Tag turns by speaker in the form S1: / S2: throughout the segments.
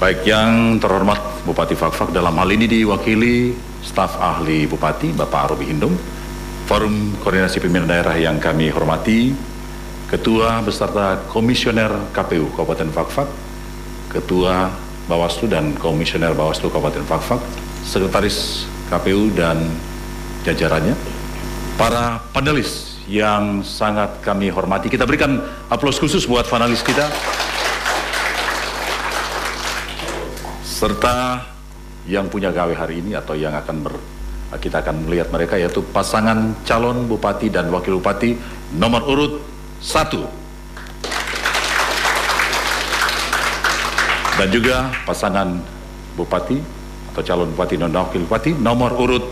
S1: Baik, yang terhormat Bupati Fakfak dalam hal ini diwakili staf ahli Bupati Bapak Robi Hindom, Forum Koordinasi Pimpinan Daerah yang kami hormati, Ketua beserta Komisioner KPU Kabupaten Fakfak, Ketua Bawaslu dan Komisioner Bawaslu Kabupaten Fakfak, Sekretaris KPU dan jajarannya, para panelis yang sangat kami hormati. Kita berikan aplaus khusus buat panelis kita. Serta yang punya gawe hari ini atau yang kita akan melihat mereka, yaitu pasangan calon bupati dan wakil bupati nomor urut 1 dan juga pasangan bupati atau calon bupati dan wakil bupati nomor urut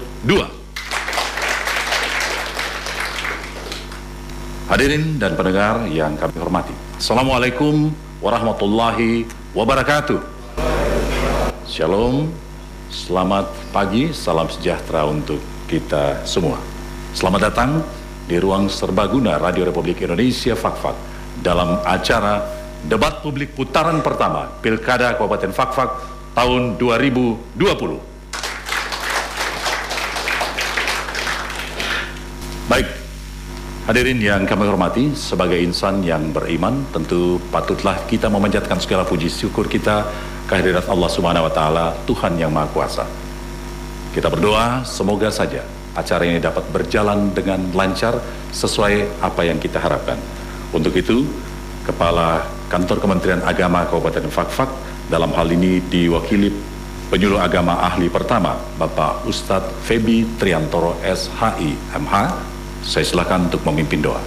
S1: 2. Hadirin dan pendengar yang kami hormati, Assalamualaikum warahmatullahi wabarakatuh. Shalom, selamat pagi, salam sejahtera untuk kita semua. Selamat datang di ruang serbaguna Radio Republik Indonesia Fakfak dalam acara debat publik putaran pertama Pilkada Kabupaten Fakfak tahun 2020. Baik, hadirin yang kami hormati, sebagai insan yang beriman, tentu patutlah kita memanjatkan segala puji syukur kita kehadirat Allah Subhanahu wa Ta'ala, Tuhan yang Maha Kuasa. Kita berdoa semoga saja acara ini dapat berjalan dengan lancar sesuai apa yang kita harapkan. Untuk itu, Kepala Kantor Kementerian Agama Kabupaten Fakfak dalam hal ini diwakili penyuluh agama ahli pertama Bapak Ustadz Febi Triantoro SHI MH. Saya silakan untuk memimpin doa.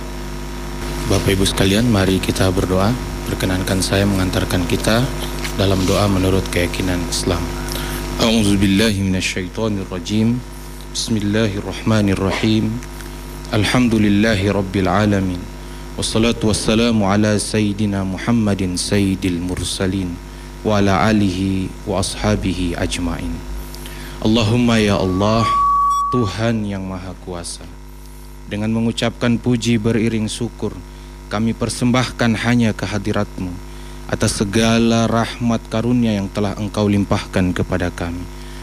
S2: Bapak Ibu sekalian, mari kita berdoa. Perkenankan saya mengantarkan kita dalam doa menurut keyakinan Islam. A'udzubillahi minasyaitonirrajim. Bismillahirrahmanirrahim. Alhamdulillahi rabbil alamin. Wassalatu wassalamu ala sayyidina Muhammadin sayyidil mursalin wa ala alihi wa ashabihi ajmain. Allahumma ya Allah, Tuhan yang Maha Kuasa, dengan mengucapkan puji beriring syukur, kami persembahkan hanya kehadirat-Mu atas segala rahmat karunia yang telah Engkau limpahkan kepada kami.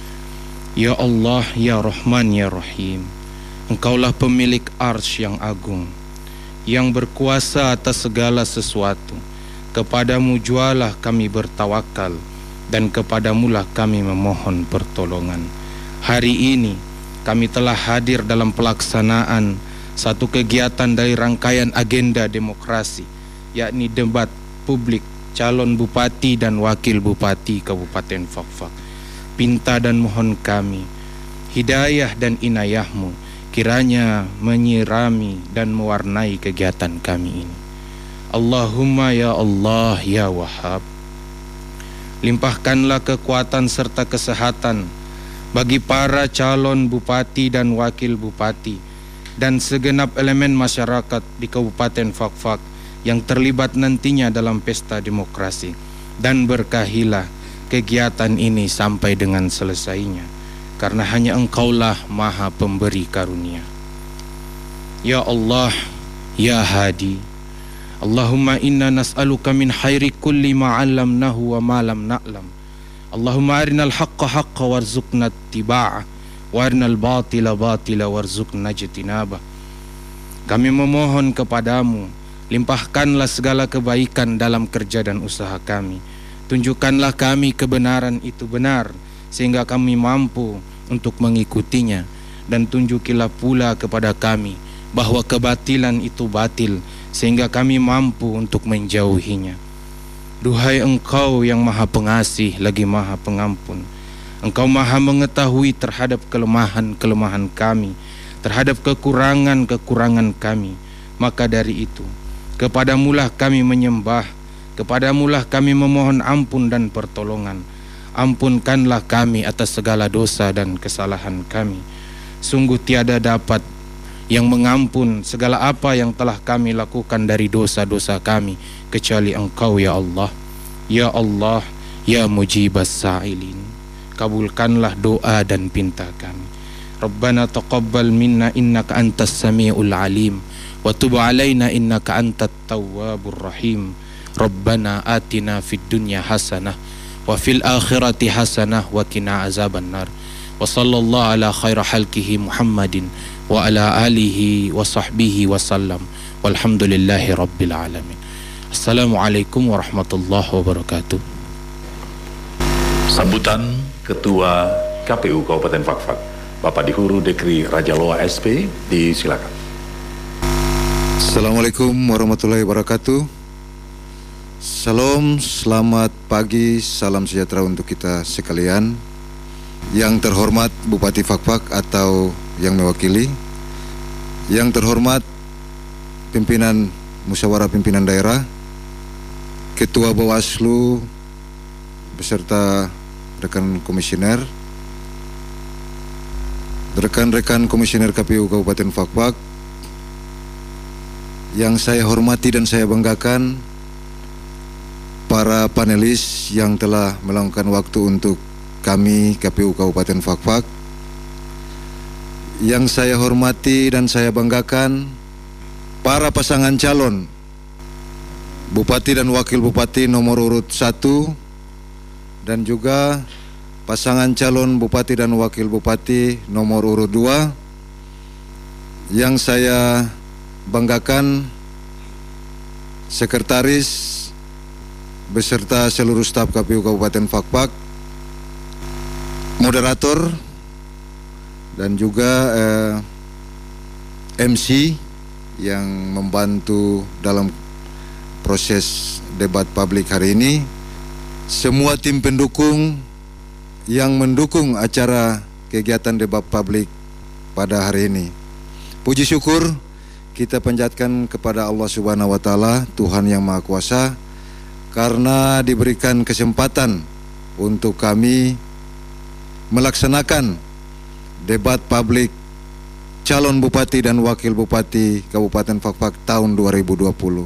S2: Ya Allah, ya Rahman, ya Rahim, Engkaulah pemilik arsy yang agung, yang berkuasa atas segala sesuatu. Kepadamu jualah kami bertawakal, dan kepadamulah kami memohon pertolongan. Hari ini kami telah hadir dalam pelaksanaan satu kegiatan dari rangkaian agenda demokrasi, yakni debat publik calon bupati dan wakil bupati Kabupaten Fakfak. Pinta dan mohon kami, hidayah dan inayah-Mu kiranya menyirami dan mewarnai kegiatan kami ini. Allahumma ya Allah ya Wahhab, limpahkanlah kekuatan serta kesehatan bagi para calon bupati dan wakil bupati dan segenap elemen masyarakat di Kabupaten Fakfak yang terlibat nantinya dalam pesta demokrasi, dan berkahilah kegiatan ini sampai dengan selesainya, karena hanya Engkaulah Maha Pemberi karunia. Ya Allah, ya Hadi, Allahumma inna nas'aluka min khairi kulli ma 'allamnahu wa ma lam na'lam. Allahumma arinal haqqa haqqa warzuqna ittiba'ah wa arinal batila batila warzuqna ijtinabah. Kami memohon kepadamu, limpahkanlah segala kebaikan dalam kerja dan usaha kami. Tunjukkanlah kami kebenaran itu benar, sehingga kami mampu untuk mengikutinya. Dan tunjukilah pula kepada kami bahwa kebatilan itu batil, sehingga kami mampu untuk menjauhinya. Duhai Engkau yang Maha Pengasih lagi Maha Pengampun, Engkau Maha mengetahui terhadap kelemahan-kelemahan kami, terhadap kekurangan-kekurangan kami. Maka dari itu, kepadamulah kami menyembah, kepadamulah kami memohon ampun dan pertolongan. Ampunkanlah kami atas segala dosa dan kesalahan kami. Sungguh tiada dapat yang mengampun segala apa yang telah kami lakukan dari dosa-dosa kami kecuali Engkau ya Allah. Ya Allah, ya mujibas sa'ilin, kabulkanlah doa dan pinta kami. Rabbana taqabbal minna innaka antas sami'ul alim wa tub alaina innaka antat tawwabur rahim. Rabbana atina fid dunya hasanah wa fil akhirati hasanah wa qina azabannar. Wa sallallahu ala khaira halkihi Muhammadin wa ala alihi wa sahbihi wa sallam. Walhamdulillahi rabbil alamin. Assalamualaikum warahmatullahi wabarakatuh.
S1: Sambutan Ketua KPU Kabupaten Fakfak, Bapak Dihuru Dekri Raja Loa SP, disilakan.
S3: Assalamualaikum warahmatullahi wabarakatuh. Salam, selamat pagi, salam sejahtera untuk kita sekalian. Yang terhormat Bupati Fakfak atau yang mewakili, yang terhormat pimpinan Musyawarah Pimpinan Daerah, Ketua Bawaslu beserta rekan komisioner, rekan-rekan komisioner KPU Kabupaten Fakfak, yang saya hormati dan saya banggakan, para panelis yang telah meluangkan waktu untuk kami KPU Kabupaten Fakfak, yang saya hormati dan saya banggakan, para pasangan calon Bupati dan Wakil Bupati nomor urut 1, dan juga pasangan calon Bupati dan Wakil Bupati nomor urut 2, yang saya banggakan, sekretaris beserta seluruh staf KPU Kabupaten Fakfak, moderator, dan juga MC yang membantu dalam proses debat publik hari ini, semua tim pendukung yang mendukung acara kegiatan debat publik pada hari ini. Puji syukur kita panjatkan kepada Allah Subhanahu wa Ta'ala, Tuhan yang Maha Kuasa, karena diberikan kesempatan untuk kami melaksanakan debat publik calon Bupati dan Wakil Bupati Kabupaten Fakfak tahun 2020.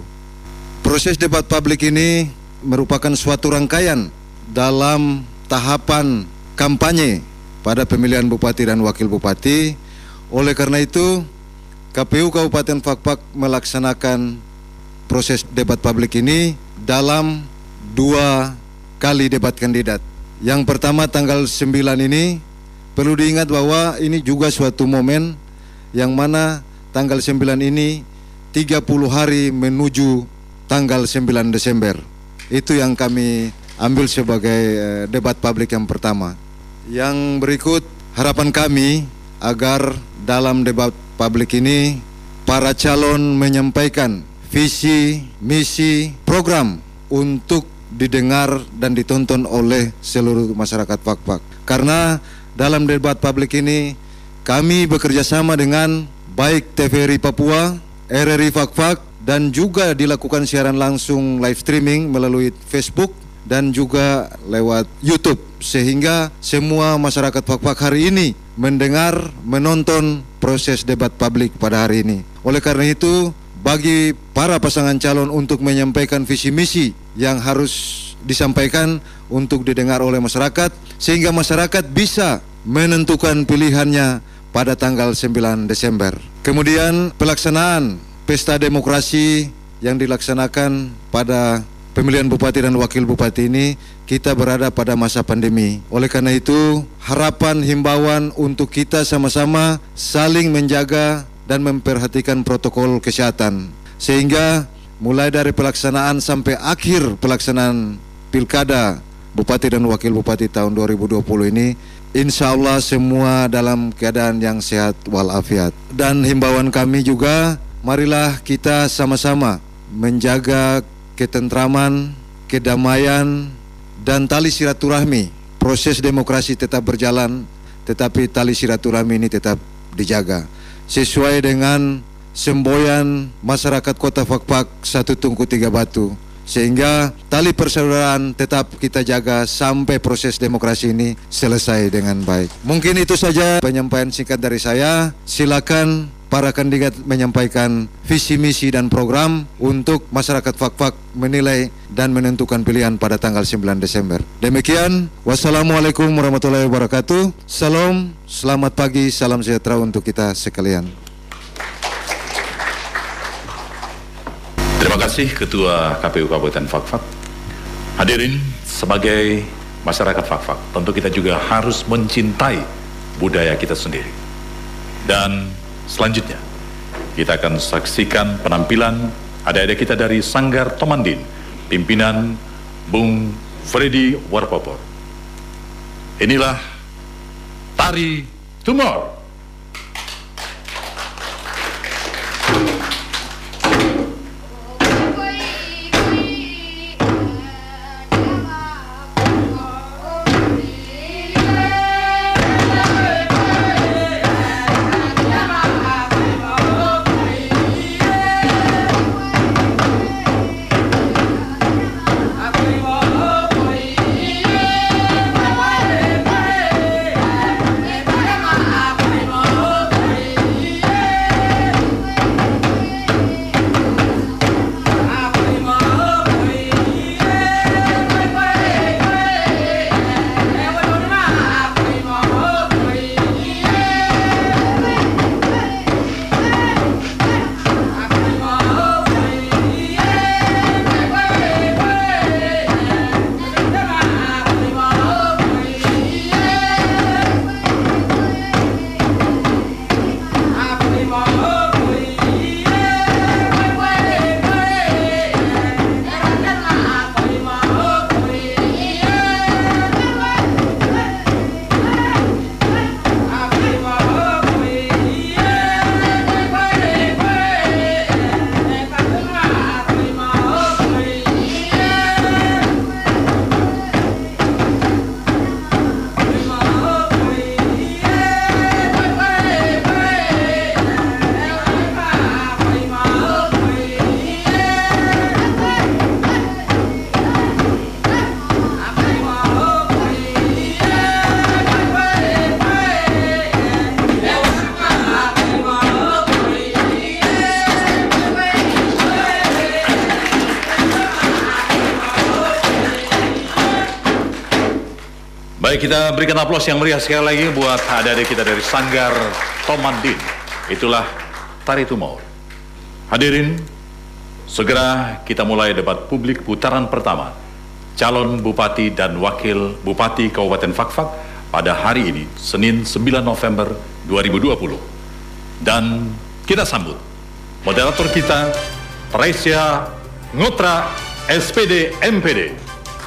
S3: Proses debat publik ini merupakan suatu rangkaian dalam tahapan kampanye pada pemilihan Bupati dan Wakil Bupati. Oleh karena itu, KPU Kabupaten Fakfak melaksanakan proses debat publik ini dalam 2 kali debat kandidat. Yang pertama tanggal 9 ini, perlu diingat bahwa ini juga suatu momen yang mana tanggal 9 ini 30 hari menuju tanggal 9 Desember. Itu yang kami ambil sebagai debat publik yang pertama. Yang berikut harapan kami agar dalam debat publik ini para calon menyampaikan visi, misi, program untuk didengar dan ditonton oleh seluruh masyarakat Fakfak. Karena dalam debat publik ini kami bekerja sama dengan baik TVRI Papua, RRI Fakfak, dan juga dilakukan siaran langsung live streaming melalui Facebook dan juga lewat YouTube, sehingga semua masyarakat Fakfak hari ini mendengar, menonton proses debat publik pada hari ini. Oleh karena itu, bagi para pasangan calon untuk menyampaikan visi misi yang harus disampaikan untuk didengar oleh masyarakat, sehingga masyarakat bisa menentukan pilihannya pada tanggal 9 Desember. Kemudian pelaksanaan pesta demokrasi yang dilaksanakan pada pemilihan Bupati dan Wakil Bupati ini, kita berada pada masa pandemi. Oleh karena itu, harapan himbauan untuk kita sama-sama saling menjaga dan memperhatikan protokol kesehatan, sehingga mulai dari pelaksanaan sampai akhir pelaksanaan Pilkada Bupati dan Wakil Bupati tahun 2020 ini, insya Allah semua dalam keadaan yang sehat walafiat. Dan himbauan kami juga, marilah kita sama-sama menjaga ketentraman, kedamaian, dan tali silaturahmi. Proses demokrasi tetap berjalan, tetapi tali silaturahmi ini tetap dijaga sesuai dengan semboyan masyarakat Kota Fakfak, satu tungku tiga batu, sehingga tali persaudaraan tetap kita jaga sampai proses demokrasi ini selesai dengan baik. Mungkin itu saja penyampaian singkat dari saya. Silakan para kandidat menyampaikan visi misi dan program untuk masyarakat Fakfak menilai dan menentukan pilihan pada tanggal 9 Desember. Demikian, wassalamualaikum warahmatullahi wabarakatuh. Salam, selamat pagi, salam sejahtera untuk kita sekalian.
S1: Terima kasih Ketua KPU Kabupaten Fakfak. Hadirin, sebagai masyarakat Fak-Fak, tentu kita juga harus mencintai budaya kita sendiri. Dan selanjutnya, kita akan saksikan penampilan adik-adik kita dari Sanggar Tomandin, pimpinan Bung Freddy Warpopor. Inilah Tari Tumor. Baik, kita berikan aplaus yang meriah sekali lagi buat adik-adik kita dari Sanggar Tomandin. Itulah Tari Tumor. Hadirin, segera kita mulai debat publik putaran pertama. Calon Bupati dan Wakil Bupati Kabupaten Fak-Fak pada hari ini, Senin 9 November 2020. Dan kita sambut moderator kita, Presya Ngotra, SPD MPD.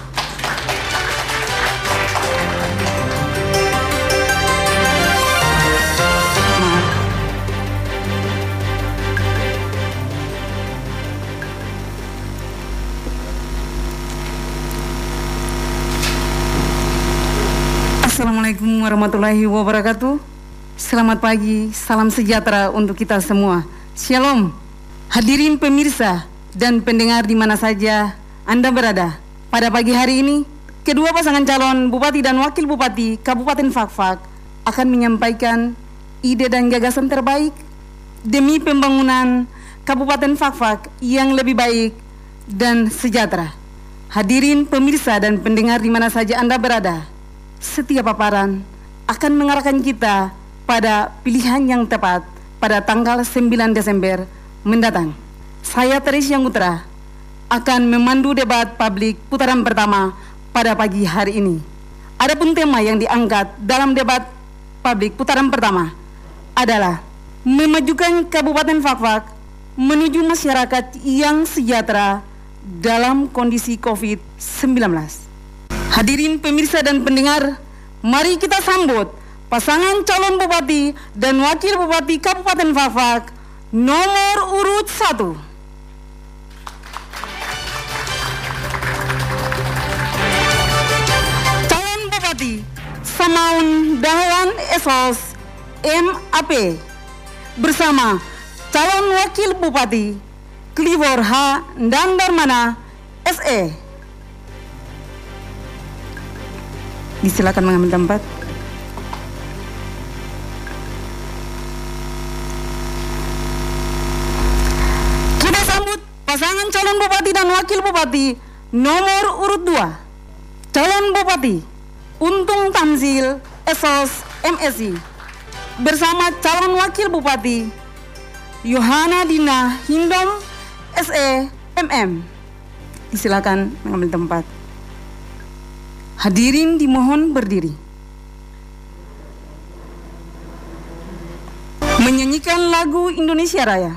S4: Assalamualaikum warahmatullahi wabarakatuh. Selamat pagi, salam sejahtera untuk kita semua. Shalom. Hadirin pemirsa dan pendengar di mana saja Anda berada. Pada pagi hari ini, kedua pasangan calon Bupati dan Wakil Bupati Kabupaten Fak-Fak akan menyampaikan ide dan gagasan terbaik demi pembangunan Kabupaten Fak-Fak yang lebih baik dan sejahtera. Hadirin pemirsa dan pendengar di mana saja Anda berada, setiap paparan akan mengarahkan kita pada pilihan yang tepat pada tanggal 9 Desember mendatang. Saya Teresya Ngutra akan memandu debat publik putaran pertama pada pagi hari ini. Adapun tema yang diangkat dalam debat publik putaran pertama adalah memajukan Kabupaten Fak-Fak menuju masyarakat yang sejahtera dalam kondisi COVID-19. Hadirin pemirsa dan pendengar, mari kita sambut pasangan calon Bupati dan Wakil Bupati Kabupaten Fak-Fak nomor urut 1. Calon Bupati Samaun Dahlan Esos MAP bersama calon Wakil Bupati Clivor H. Dandarmana SE. Disilakan mengambil tempat. Kita sambut pasangan calon Bupati dan Wakil Bupati nomor urut 2. Calon Bupati Untung Tamzil Esos MSI bersama calon Wakil Bupati Yohana Dina Hindom SE MM. Disilakan mengambil tempat. Hadirin dimohon berdiri. Menyanyikan lagu Indonesia Raya.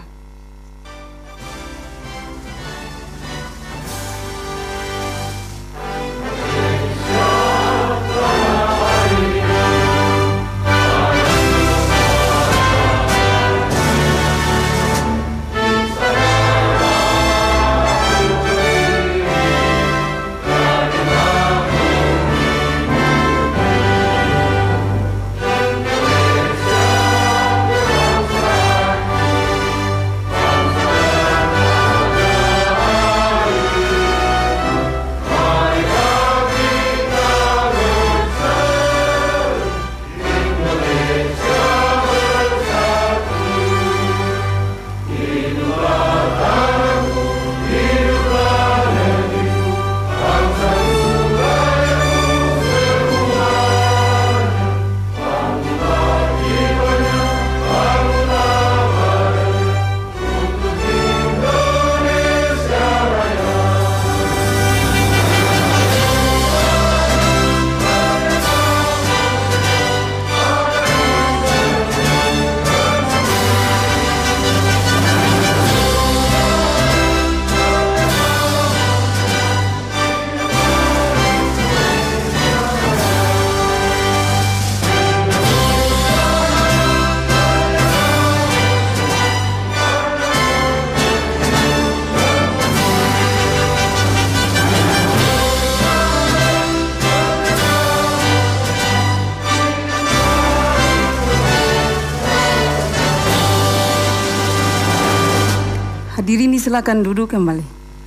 S4: Hadirin silakan duduk kembali.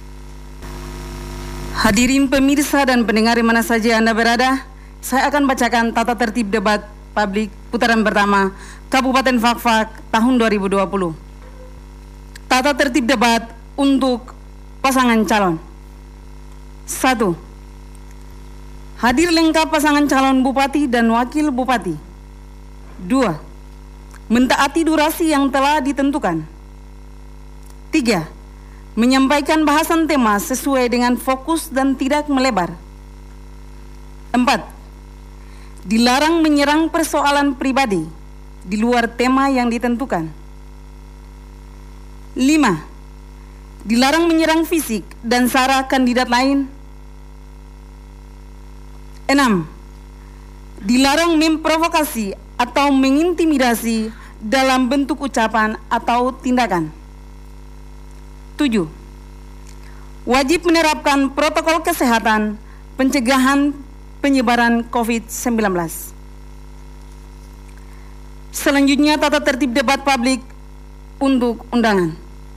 S4: Hadirin pemirsa dan pendengar di mana saja Anda berada, saya akan bacakan tata tertib debat publik putaran pertama Kabupaten Fak-Fak tahun 2020. Tata tertib debat untuk pasangan calon. 1. Hadir lengkap pasangan calon bupati dan wakil bupati. 2. Mentaati durasi yang telah ditentukan. 3. Menyampaikan bahasan tema sesuai dengan fokus dan tidak melebar. 4. Dilarang menyerang persoalan pribadi di luar tema yang ditentukan. 5. Dilarang menyerang fisik dan sara kandidat lain. 6. Dilarang memprovokasi atau mengintimidasi dalam bentuk ucapan atau tindakan. 7. Wajib menerapkan protokol kesehatan pencegahan penyebaran COVID-19. Selanjutnya tata tertib debat publik untuk undangan.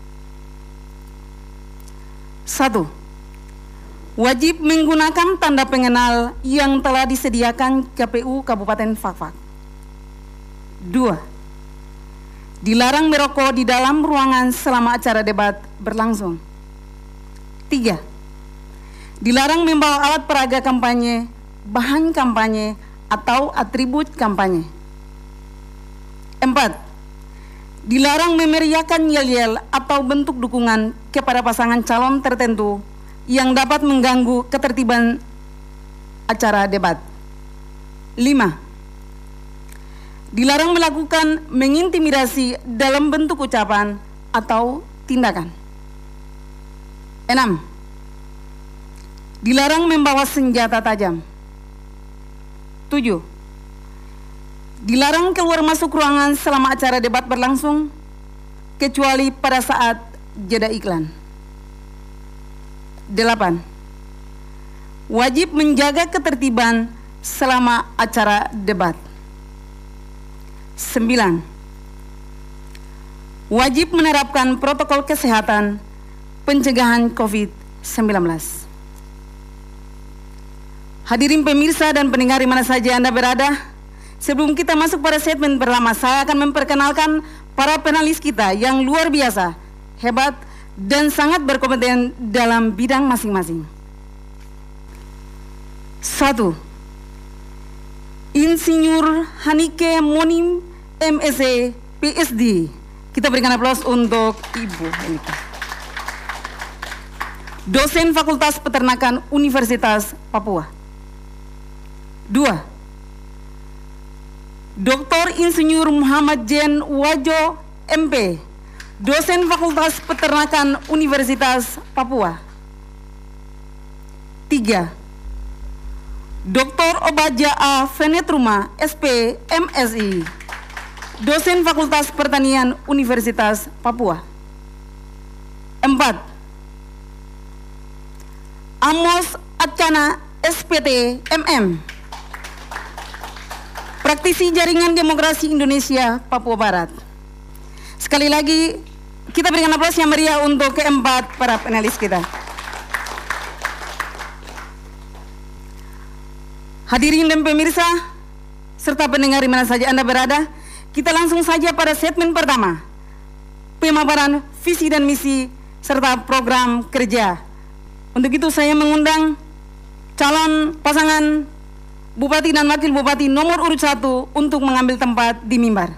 S4: 1. Wajib menggunakan tanda pengenal yang telah disediakan KPU Kabupaten Fak-Fak. 2. Dilarang merokok di dalam ruangan selama acara debat berlangsung. 3. Dilarang membawa alat peraga kampanye, bahan kampanye, atau atribut kampanye. 4. Dilarang memeriahkan yel-yel atau bentuk dukungan kepada pasangan calon tertentu yang dapat mengganggu ketertiban acara debat. 5. Dilarang melakukan mengintimidasi dalam bentuk ucapan atau tindakan. 6. Dilarang membawa senjata tajam. 7. Dilarang keluar masuk ruangan selama acara debat berlangsung, kecuali pada saat jeda iklan. 8. Wajib menjaga ketertiban selama acara debat. 9. Wajib menerapkan protokol kesehatan pencegahan COVID-19. Hadirin pemirsa dan pendengar di mana saja Anda berada, sebelum kita masuk pada segmen pertama, saya akan memperkenalkan para penalis kita yang luar biasa, hebat, dan sangat berkompeten dalam bidang masing-masing. 1. Insinyur Hanike Monim MSc PSD. Kita berikan aplaus untuk Ibu Hanike. Dosen Fakultas Peternakan Universitas Papua. 2. Dr. Insinyur Muhammad Jen Wajo, MP, dosen Fakultas Peternakan Universitas Papua. 3. Dr. Obaja A. Venetruma, SP, MSI, dosen Fakultas Pertanian Universitas Papua. 4. Amos Acana, SPT, MM, praktisi Jaringan Demokrasi Indonesia, Papua Barat. Sekali lagi, kita berikan aplaus yang meriah untuk keempat para panelis kita. Hadirin dan pemirsa, serta pendengar di mana saja Anda berada, kita langsung saja pada segmen pertama, pemaparan visi dan misi serta program kerja. Untuk itu saya mengundang calon pasangan Bupati dan Wakil Bupati nomor urut 1 untuk mengambil tempat di mimbar.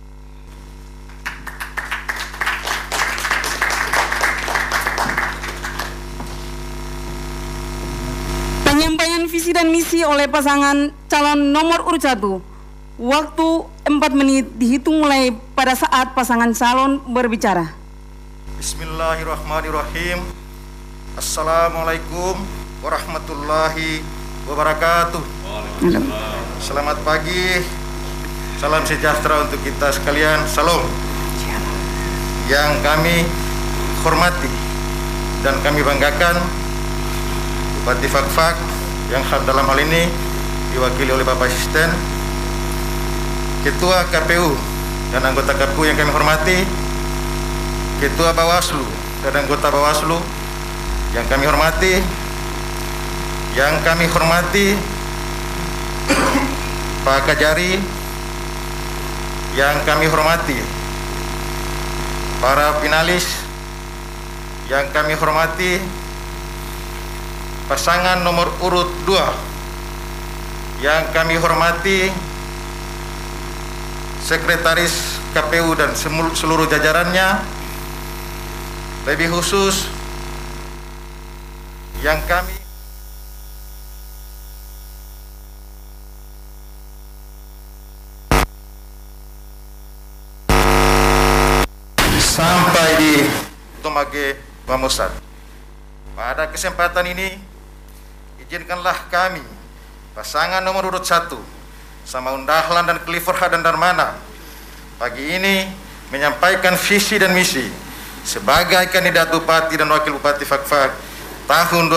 S4: Penyampaian visi dan misi oleh pasangan calon nomor urut 1. Waktu 4 menit dihitung mulai pada saat pasangan calon berbicara.
S5: Bismillahirrahmanirrahim. Assalamualaikum warahmatullahi wabarakatuh. Selamat pagi. Salam sejahtera untuk kita sekalian. Salam. Yang kami hormati dan kami banggakan, Bupati Fakfak yang dalam hal ini diwakili oleh Bapak Asisten, Ketua KPU dan anggota KPU yang kami hormati, Ketua Bawaslu dan anggota Bawaslu yang kami hormati, Pak Kajari yang kami hormati, para finalis yang kami hormati, pasangan nomor urut 2 yang kami hormati, Sekretaris KPU dan seluruh jajarannya, lebih khusus yang kami sampai di Tomage Mamusat. Pada kesempatan ini, izinkanlah kami, pasangan nomor urut 1, Samaun Dahlan dan Clifford Hadan Darmana, pagi ini menyampaikan visi dan misi sebagai kandidat Bupati dan Wakil Bupati Fakfak tahun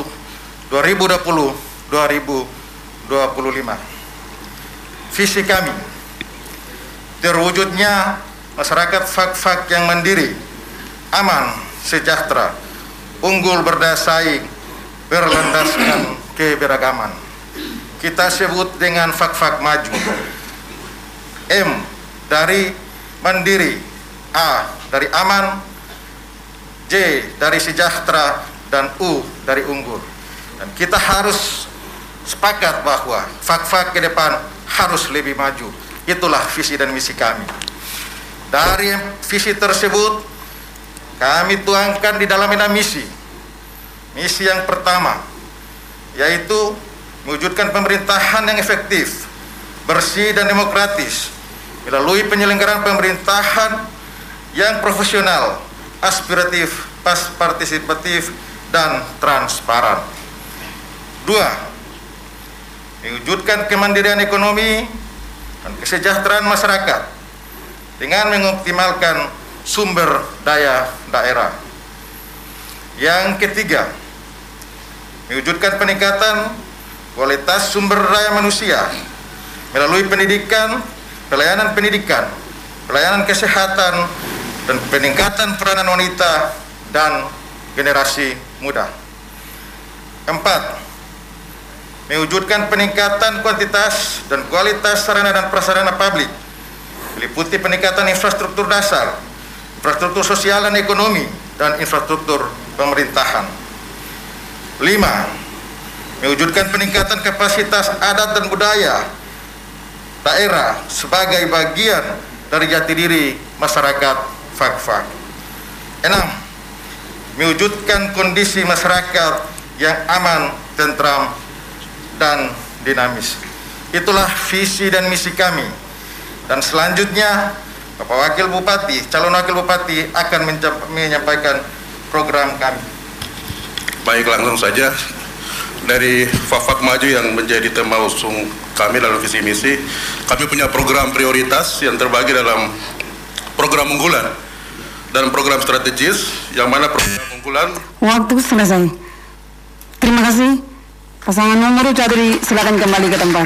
S5: 2020-2025. Visi kami, terwujudnya masyarakat Fakfak yang mandiri, aman, sejahtera, unggul berdasai, berlandaskan keberagaman. Kita sebut dengan Fakfak maju. M dari mandiri, A dari aman, J dari sejahtera, dan U dari unggul. Dan kita harus sepakat bahwa Fakfak ke depan harus lebih maju. Itulah visi dan misi kami. Dari visi tersebut, kami tuangkan di dalam misi. Misi yang pertama, yaitu mewujudkan pemerintahan yang efektif, bersih dan demokratis, melalui penyelenggaraan pemerintahan yang profesional, aspiratif, partisipatif, dan transparan. 2. Mewujudkan kemandirian ekonomi dan kesejahteraan masyarakat dengan mengoptimalkan sumber daya daerah. Yang ketiga, mewujudkan peningkatan kualitas sumber daya manusia melalui pendidikan, pelayanan kesehatan, dan peningkatan peranan wanita dan generasi muda. 4. Mewujudkan peningkatan kuantitas dan kualitas sarana dan prasarana publik, meliputi peningkatan infrastruktur dasar, infrastruktur sosial dan ekonomi, dan infrastruktur pemerintahan. 5. Mewujudkan peningkatan kapasitas adat dan budaya daerah sebagai bagian dari jati diri masyarakat Fakfak. 6. Mewujudkan kondisi masyarakat yang aman, tentram, dan dinamis. Itulah visi dan misi kami. Dan selanjutnya Bapak Wakil Bupati, calon Wakil Bupati akan menyampaikan program kami.
S6: Baik, langsung saja dari Fakfak Maju yang menjadi tema usung kami dalam visi misi. Kami punya program prioritas yang terbagi dalam program unggulan dan program strategis, yang mana program unggulan.
S4: Waktu selesai. Terima kasih. Pasangan nomor Chowdhury, silakan kembali ke tempat.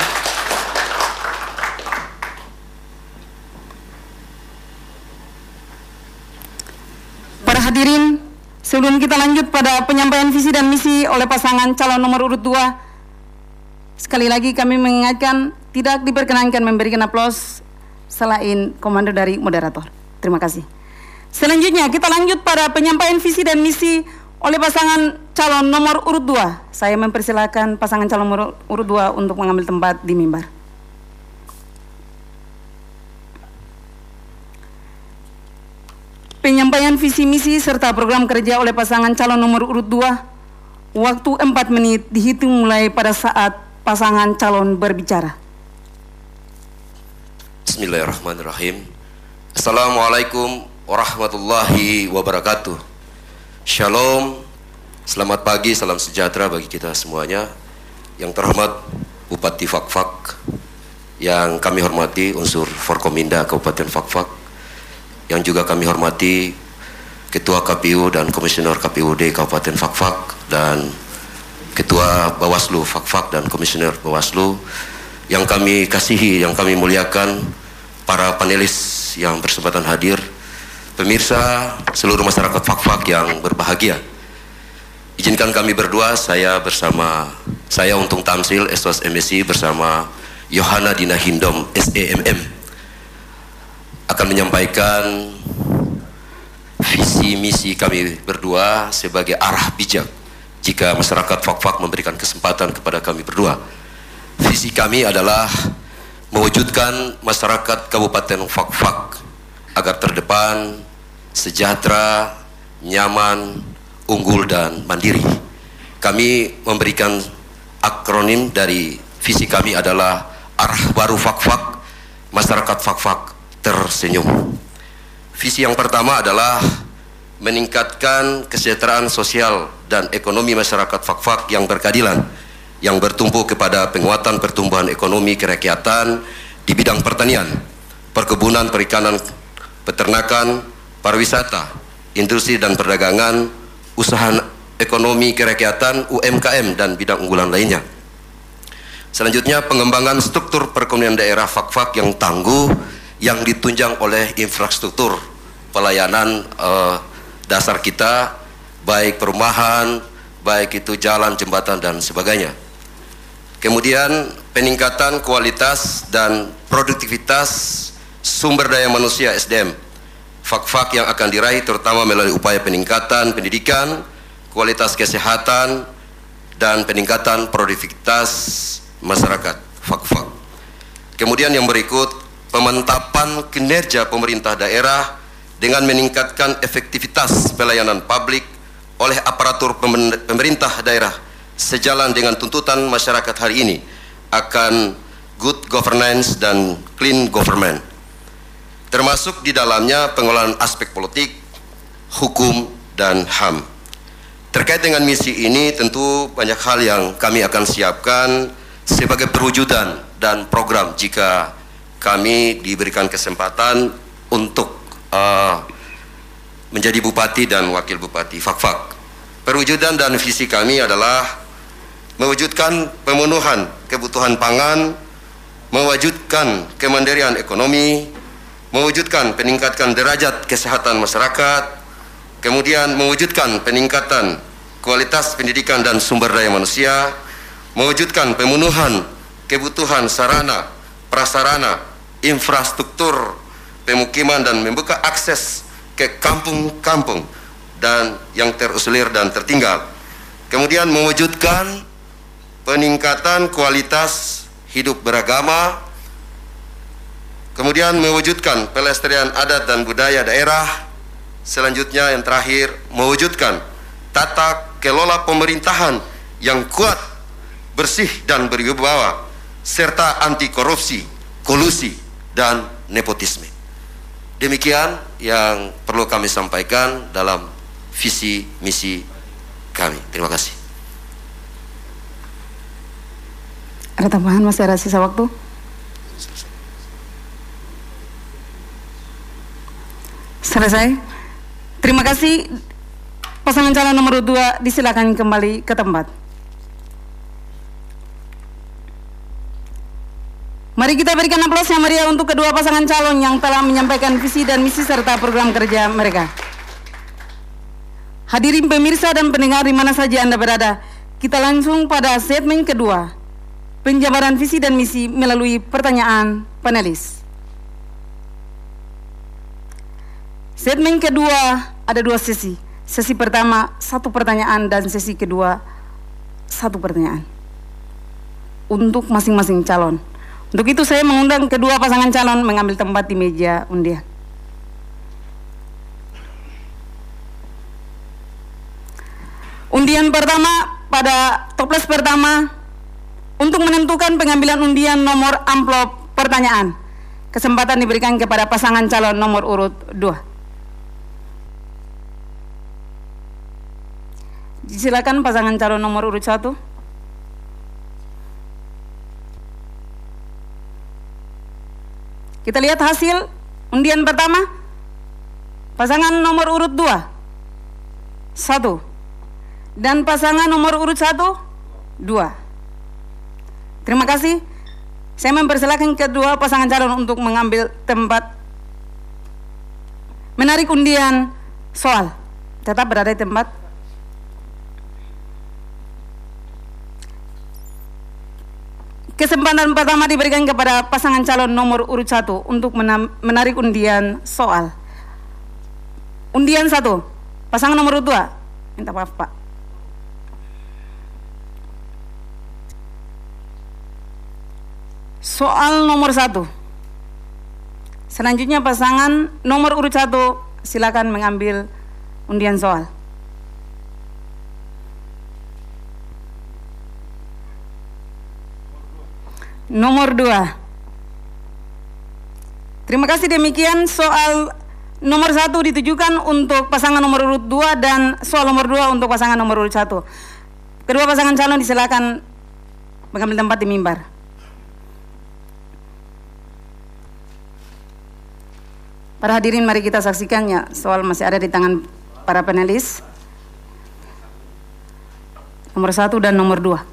S4: Para hadirin, sebelum kita lanjut pada penyampaian visi dan misi oleh pasangan calon nomor urut 2, sekali lagi kami mengingatkan tidak diperkenankan memberikan aplaus selain komando dari moderator. Terima kasih. Selanjutnya kita lanjut pada penyampaian visi dan misi oleh pasangan calon nomor urut 2. Saya mempersilakan pasangan calon nomor urut 2 untuk mengambil tempat di mimbar. Penyampaian visi misi serta program kerja oleh pasangan calon nomor urut 2. Waktu 4 menit dihitung mulai pada saat pasangan calon berbicara.
S7: Bismillahirrahmanirrahim. Assalamualaikum warahmatullahi wabarakatuh. Shalom, selamat pagi, salam sejahtera bagi kita semuanya. Yang terhormat Bupati Fakfak, yang kami hormati unsur Forkominda Kabupaten Fakfak, yang juga kami hormati Ketua KPU dan Komisioner KPUD Kabupaten Fakfak, dan Ketua Bawaslu Fakfak dan Komisioner Bawaslu, yang kami kasihi, yang kami muliakan, para panelis yang bersempatan hadir, pemirsa, seluruh masyarakat Fakfak yang berbahagia. Izinkan kami berdua, saya Untung Tamsil, SOS MSI bersama Yohana Dina Hindom, SEMM, akan menyampaikan visi misi kami berdua sebagai arah bijak jika masyarakat Fakfak memberikan kesempatan kepada kami berdua. Visi kami adalah mewujudkan masyarakat Kabupaten Fakfak agar terdepan, sejahtera, nyaman, unggul, dan mandiri. Kami memberikan akronim dari visi kami adalah arah baru Fakfak, masyarakat Fakfak tersenyum. Visi yang pertama adalah meningkatkan kesejahteraan sosial dan ekonomi masyarakat Fakfak yang berkeadilan, yang bertumpu kepada penguatan pertumbuhan ekonomi kerakyatan di bidang pertanian, perkebunan, perikanan, peternakan, pariwisata, industri dan perdagangan, usaha ekonomi kerakyatan, UMKM, dan bidang unggulan lainnya. Selanjutnya, pengembangan struktur perekonomian daerah Fakfak yang tangguh, yang ditunjang oleh infrastruktur pelayanan dasar kita, baik perumahan, baik itu jalan, jembatan, dan sebagainya. Kemudian peningkatan kualitas dan produktivitas sumber daya manusia SDM Fakfak yang akan diraih terutama melalui upaya peningkatan pendidikan, kualitas kesehatan, dan peningkatan produktivitas masyarakat Fakfak. Kemudian yang berikut, pemantapan kinerja pemerintah daerah dengan meningkatkan efektivitas pelayanan publik oleh aparatur pemerintah daerah sejalan dengan tuntutan masyarakat hari ini akan good governance dan clean government, termasuk di dalamnya pengelolaan aspek politik, hukum, dan HAM. Terkait dengan misi ini tentu banyak hal yang kami akan siapkan sebagai perwujudan dan program jika kami diberikan kesempatan untuk menjadi bupati dan wakil bupati Fakfak. Perwujudan dan visi kami adalah mewujudkan pemenuhan kebutuhan pangan, mewujudkan kemandirian ekonomi, mewujudkan peningkatan derajat kesehatan masyarakat, kemudian mewujudkan peningkatan kualitas pendidikan dan sumber daya manusia, mewujudkan pemenuhan kebutuhan sarana, prasarana, infrastruktur pemukiman, dan membuka akses ke kampung-kampung dan yang terisolir dan tertinggal. Kemudian mewujudkan peningkatan kualitas hidup beragama, kemudian mewujudkan pelestarian adat dan budaya daerah. Selanjutnya yang terakhir, mewujudkan tata kelola pemerintahan yang kuat bersih dan berwibawa, serta anti korupsi, kolusi, dan nepotisme. Demikian yang perlu kami sampaikan dalam visi misi kami. Terima kasih.
S4: Ada tambahan, masih ada sisa waktu? Selesai. Terima kasih. Pasangan calon nomor 2 disilakan kembali ke tempat. Mari kita berikan aplaus yang meriah untuk kedua pasangan calon yang telah menyampaikan visi dan misi serta program kerja mereka. Hadirin pemirsa dan pendengar di mana saja Anda berada, kita langsung pada segmen kedua, penjabaran visi dan misi melalui pertanyaan panelis. Segmen kedua ada 2 sesi. Sesi pertama 1 pertanyaan dan sesi kedua 1 pertanyaan untuk masing-masing calon. Untuk itu saya mengundang kedua pasangan calon mengambil tempat di meja undian. Undian pertama pada toples pertama untuk menentukan pengambilan undian nomor amplop pertanyaan. Kesempatan diberikan kepada pasangan calon nomor urut 2. Silakan pasangan calon nomor urut 1. Kita lihat hasil undian pertama. Pasangan nomor urut 2 1. Dan pasangan nomor urut 1 2. Terima kasih. Saya mempersilakan kedua pasangan calon untuk mengambil tempat menarik undian soal. Tetap berada di tempat. Kesempatan pertama diberikan kepada pasangan calon nomor urut 1 untuk menarik undian soal. Undian 1, pasangan nomor urut 2. Minta maaf Pak. Soal nomor 1. Selanjutnya pasangan nomor urut 1 silakan mengambil undian soal. Nomor 2. Terima kasih, demikian soal nomor 1 ditujukan untuk pasangan nomor urut 2 dan soal nomor 2 untuk pasangan nomor urut 1. Kedua pasangan calon disilakan mengambil tempat di mimbar. Para hadirin, mari kita saksikannya. Soal masih ada di tangan para panelis. Nomor 1 dan nomor 2.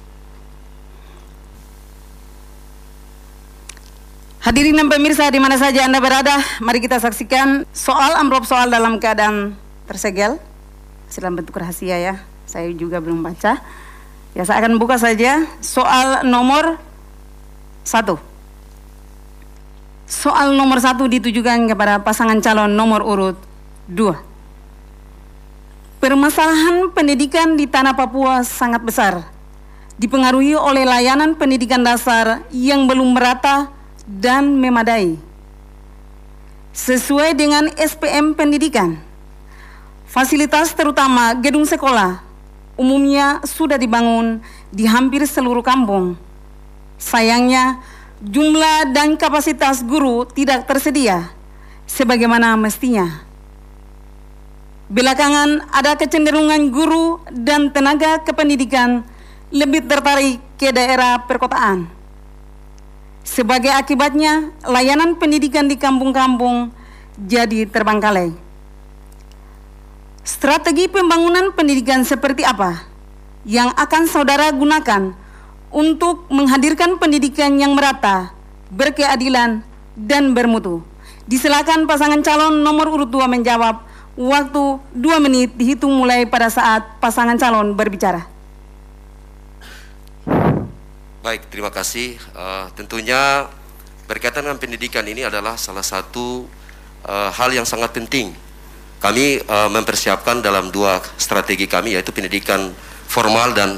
S4: Hadirin dan pemirsa di mana saja Anda berada, mari kita saksikan soal amplop soal dalam keadaan tersegel. Dalam bentuk rahasia ya, saya juga belum baca. Ya, saya akan buka saja soal nomor 1. Soal nomor 1 ditujukan kepada pasangan calon nomor urut 2. Permasalahan pendidikan di tanah Papua sangat besar, dipengaruhi oleh layanan pendidikan dasar yang belum merata dan memadai. Sesuai dengan SPM pendidikan, fasilitas terutama gedung sekolah umumnya sudah dibangun di hampir seluruh kampung. Sayangnya, jumlah dan kapasitas guru tidak tersedia sebagaimana mestinya. Belakangan ada kecenderungan guru dan tenaga kependidikan lebih tertarik ke daerah perkotaan. Sebagai akibatnya, layanan pendidikan di kampung-kampung jadi terbengkalai. Strategi pembangunan pendidikan seperti apa yang akan saudara gunakan untuk menghadirkan pendidikan yang merata, berkeadilan, dan bermutu? Disilakan pasangan calon nomor urut 2 menjawab. Waktu 2 menit dihitung mulai pada saat pasangan calon berbicara.
S7: Baik, terima kasih. Tentunya berkaitan dengan pendidikan ini adalah salah satu hal yang sangat penting. Kami mempersiapkan dalam 2 strategi kami, yaitu pendidikan formal dan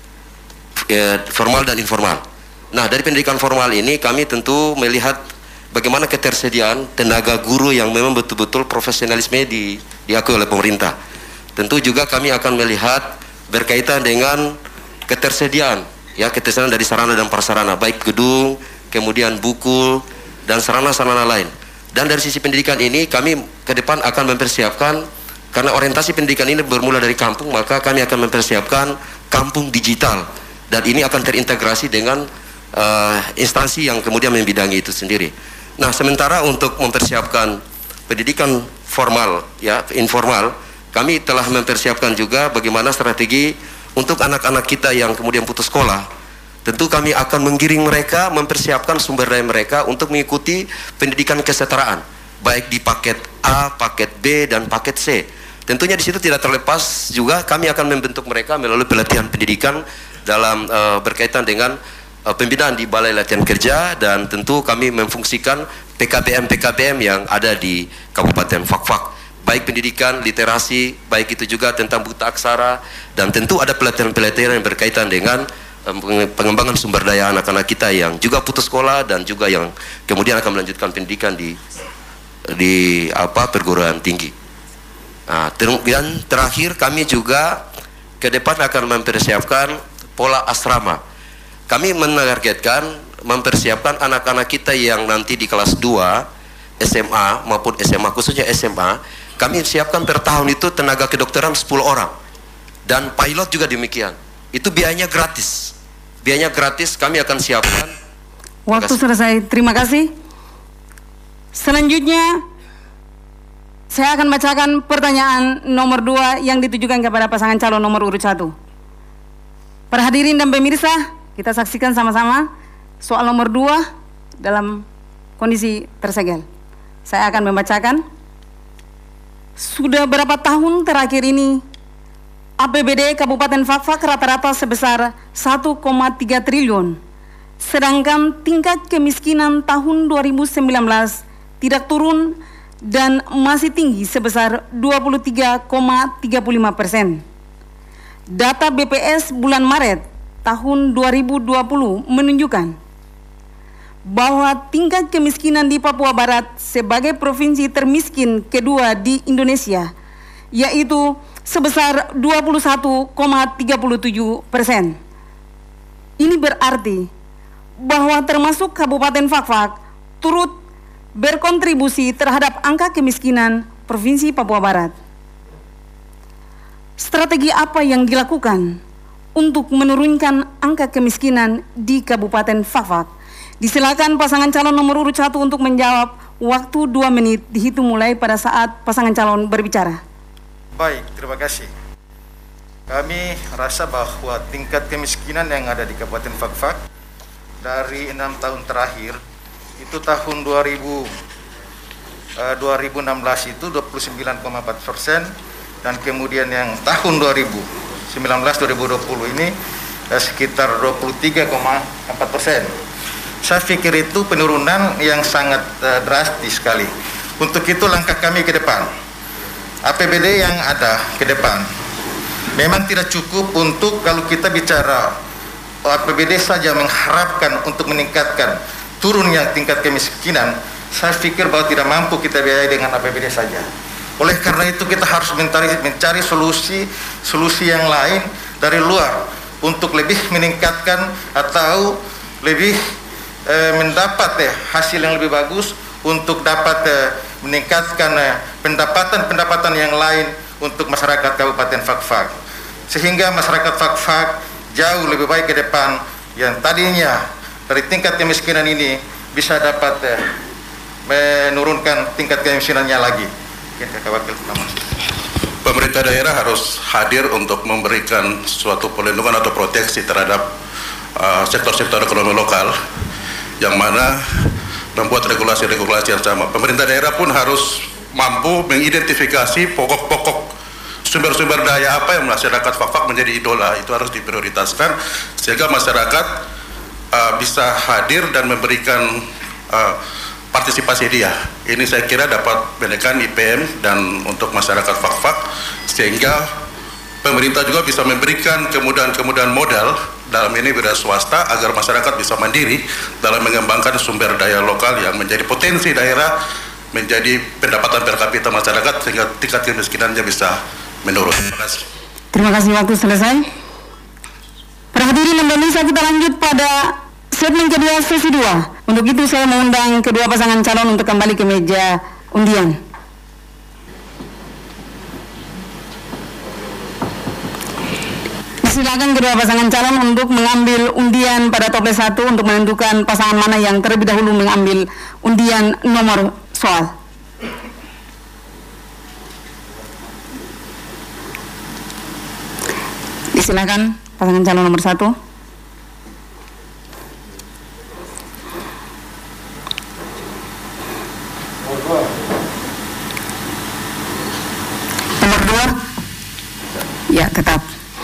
S7: informal. Nah, dari pendidikan formal ini kami tentu melihat bagaimana ketersediaan tenaga guru yang memang betul-betul profesionalisme diakui oleh pemerintah. Tentu juga kami akan melihat berkaitan dengan ketersediaan ya, ketersediaan dari sarana dan prasarana, baik gedung, kemudian buku dan sarana-sarana lain. Dan dari sisi pendidikan ini kami ke depan akan mempersiapkan, karena orientasi pendidikan ini bermula dari kampung, maka kami akan mempersiapkan kampung digital, dan ini akan terintegrasi dengan instansi yang kemudian membidangi itu sendiri. Nah, sementara untuk mempersiapkan pendidikan formal, ya, informal, kami telah mempersiapkan juga bagaimana strategi untuk anak-anak kita yang kemudian putus sekolah. Tentu kami akan menggiring mereka, mempersiapkan sumber daya mereka untuk mengikuti pendidikan kesetaraan, baik di paket A, paket B, dan paket C. Tentunya di situ tidak terlepas juga kami akan membentuk mereka melalui pelatihan pendidikan dalam berkaitan dengan pembinaan di Balai Latihan Kerja, dan tentu kami memfungsikan PKBM yang ada di Kabupaten Fak-Fak, baik pendidikan, literasi, baik itu juga tentang buta aksara, dan tentu ada pelatihan-pelatihan yang berkaitan dengan pengembangan sumber daya anak-anak kita yang juga putus sekolah dan juga yang kemudian akan melanjutkan pendidikan di perguruan tinggi. Nah, dan terakhir kami juga ke depan akan mempersiapkan pola asrama. Kami menargetkan mempersiapkan anak-anak kita yang nanti di kelas 2 SMA maupun SMA, khususnya SMA, kami siapkan per tahun itu tenaga kedokteran 10 orang, dan pilot juga demikian. Itu biayanya gratis. Biayanya gratis, kami akan siapkan.
S4: Waktu selesai, terima kasih. Selanjutnya saya akan bacakan pertanyaan nomor 2 yang ditujukan kepada pasangan calon nomor urut 1. Para hadirin dan pemirsa, kita saksikan sama-sama soal nomor 2 dalam kondisi tersegel. Saya akan membacakan. Sudah berapa tahun terakhir ini APBD Kabupaten Fak-Fak rata-rata sebesar 1,3 triliun, sedangkan tingkat kemiskinan tahun 2019 tidak turun dan masih tinggi sebesar 23,35%. Data BPS bulan Maret tahun 2020 menunjukkan bahwa tingkat kemiskinan di Papua Barat sebagai provinsi termiskin kedua di Indonesia, yaitu sebesar 21,37%. Ini berarti bahwa termasuk Kabupaten Fak-Fak turut berkontribusi terhadap angka kemiskinan Provinsi Papua Barat. Strategi apa yang dilakukan untuk menurunkan angka kemiskinan di Kabupaten Fak-Fak? Disilakan pasangan calon nomor urut 1 untuk menjawab. Waktu 2 menit dihitung mulai pada saat pasangan calon berbicara.
S5: Baik, terima kasih. Kami rasa bahwa tingkat kemiskinan yang ada di Kabupaten Fak-Fak dari 6 tahun terakhir, itu tahun 2016 itu 29,4%, dan kemudian yang tahun 2019-2020 ini sekitar 23,4%. Saya pikir itu penurunan yang sangat drastis sekali. Untuk itu langkah kami ke depan, APBD yang ada ke depan memang tidak cukup untuk, kalau kita bicara APBD saja mengharapkan untuk meningkatkan turunnya tingkat kemiskinan, saya pikir bahwa tidak mampu kita biayai dengan APBD saja. Oleh karena itu kita harus mencari solusi yang lain dari luar untuk lebih meningkatkan atau lebih mendapat hasil yang lebih bagus, untuk dapat meningkatkan pendapatan yang lain untuk masyarakat Kabupaten Fak-Fak, sehingga masyarakat Fak-Fak jauh lebih baik ke depan, yang tadinya dari tingkat kemiskinan ini bisa dapat menurunkan tingkat kemiskinannya lagi.
S6: Pemerintah daerah harus hadir untuk memberikan suatu perlindungan atau proteksi terhadap sektor-sektor ekonomi lokal, yang mana membuat regulasi-regulasi yang sama. Pemerintah daerah pun harus mampu mengidentifikasi pokok-pokok sumber-sumber daya apa yang masyarakat Fak-Fak menjadi idola. Itu harus diprioritaskan sehingga masyarakat bisa hadir dan memberikan partisipasi dia. Ini saya kira dapat menekan IPM dan untuk masyarakat Fak-Fak, sehingga pemerintah juga bisa memberikan kemudahan-kemudahan modal dalam ini wira swasta agar masyarakat bisa mandiri dalam mengembangkan sumber daya lokal yang menjadi potensi daerah, menjadi pendapatan per kapita masyarakat, sehingga tingkat kemiskinannya bisa menurun. Terima kasih.
S4: Terima kasih, waktu selesai. Para hadirin dan pemirsa pemirsa, kita lanjut pada segmen kedua sesi 2. Untuk itu saya mengundang kedua pasangan calon untuk kembali ke meja undian. Silakan kedua pasangan calon untuk mengambil undian pada toples 1 untuk menentukan pasangan mana yang terlebih dahulu mengambil undian nomor soal. Silakan pasangan calon nomor 1. Nomor 2. Ya, tetap.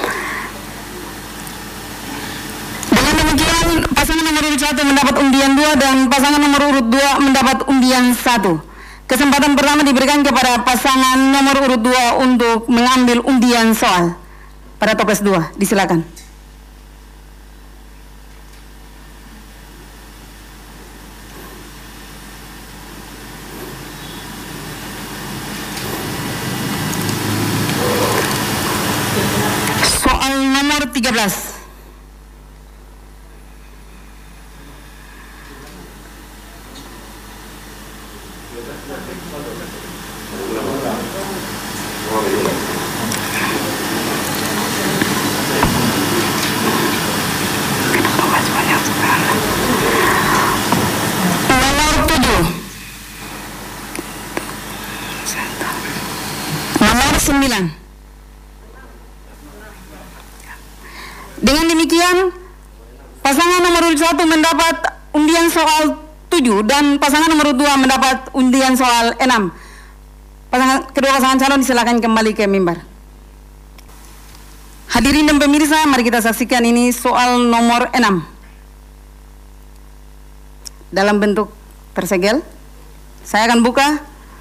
S4: Dengan demikian, pasangan nomor urut 1 mendapat undian 2 dan pasangan nomor urut 2 mendapat undian 1. Kesempatan pertama diberikan kepada pasangan nomor urut 2 untuk mengambil undian soal pada toples 2. Disilakan. Soal nomor 13. Nomor 9. Dengan demikian, pasangan nomor urut 1 mendapat undian soal 7 dan pasangan nomor urut 2 mendapat undian soal 6. Kedua pasangan calon disilakan kembali ke mimbar. Hadirin dan pemirsa, mari kita saksikan ini soal nomor 6. Dalam bentuk tersegel, saya akan buka.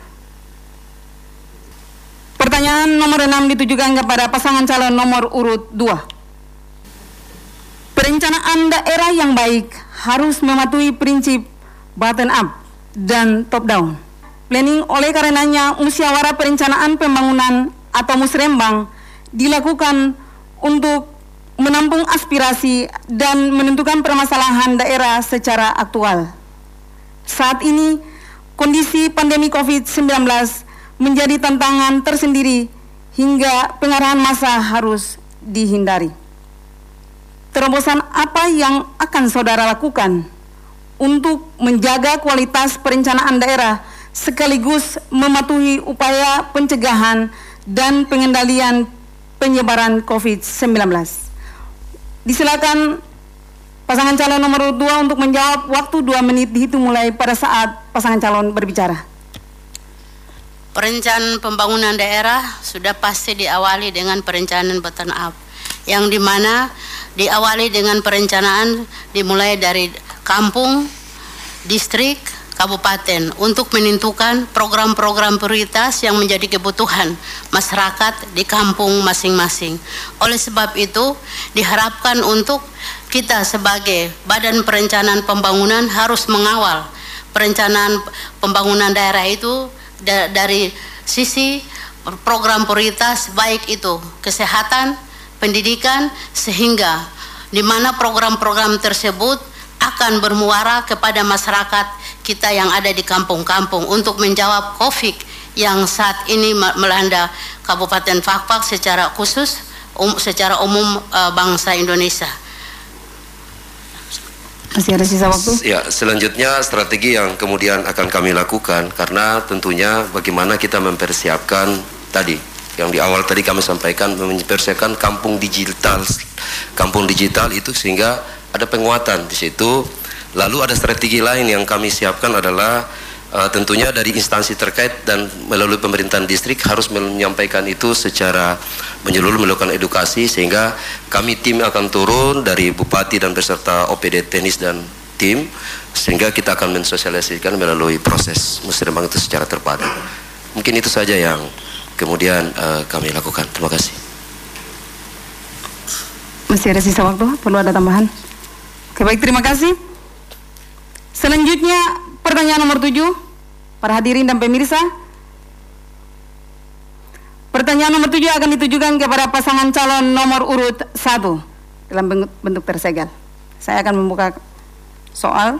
S4: Pertanyaan nomor 6 ditujukan kepada pasangan calon nomor urut 2. Perencanaan daerah yang baik harus mematuhi prinsip bottom up dan top down planning. Oleh karenanya, musyawarah perencanaan pembangunan atau musrembang dilakukan untuk menampung aspirasi dan menentukan permasalahan daerah secara aktual. Saat ini, kondisi pandemi COVID-19 menjadi tantangan tersendiri hingga pengarahan massa harus dihindari. Terobosan apa yang akan saudara lakukan untuk menjaga kualitas perencanaan daerah sekaligus mematuhi upaya pencegahan dan pengendalian penyebaran COVID-19? Disilakan pasangan calon nomor 2 untuk menjawab. Waktu 2 menit dihitung mulai pada saat pasangan calon berbicara.
S8: Perencanaan pembangunan daerah sudah pasti diawali dengan perencanaan bottom up, yang dimana diawali dengan perencanaan dimulai dari kampung, distrik, kabupaten untuk menentukan program-program prioritas yang menjadi kebutuhan masyarakat di kampung masing-masing. Oleh sebab itu, diharapkan untuk kita sebagai Badan Perencanaan Pembangunan harus mengawal perencanaan pembangunan daerah itu dari sisi program prioritas, baik itu kesehatan, pendidikan, sehingga di mana program-program tersebut akan bermuara kepada masyarakat kita yang ada di kampung-kampung untuk menjawab COVID yang saat ini melanda Kabupaten Fakfak secara khusus, secara umum bangsa Indonesia.
S4: Masih ada sisa waktu?
S7: Ya, selanjutnya strategi yang kemudian akan kami lakukan, karena tentunya bagaimana kita mempersiapkan tadi yang di awal tadi kami sampaikan, mempersiapkan kampung digital itu sehingga ada penguatan di situ. Lalu ada strategi lain yang kami siapkan adalah tentunya dari instansi terkait dan melalui pemerintahan distrik harus menyampaikan itu secara menyeluruh, melakukan edukasi, sehingga kami tim akan turun dari bupati dan beserta OPD teknis dan tim, sehingga kita akan mensosialisasikan melalui proses musrembang itu secara terpadu. Mungkin itu saja yang kemudian kami lakukan. Terima kasih.
S4: Masih ada sisa waktu? Perlu ada tambahan? Oke, baik, terima kasih. Selanjutnya pertanyaan nomor 7, para hadirin dan pemirsa. Pertanyaan nomor 7 akan ditujukan kepada pasangan calon nomor urut 1 dalam bentuk tersegel. Saya akan membuka soal.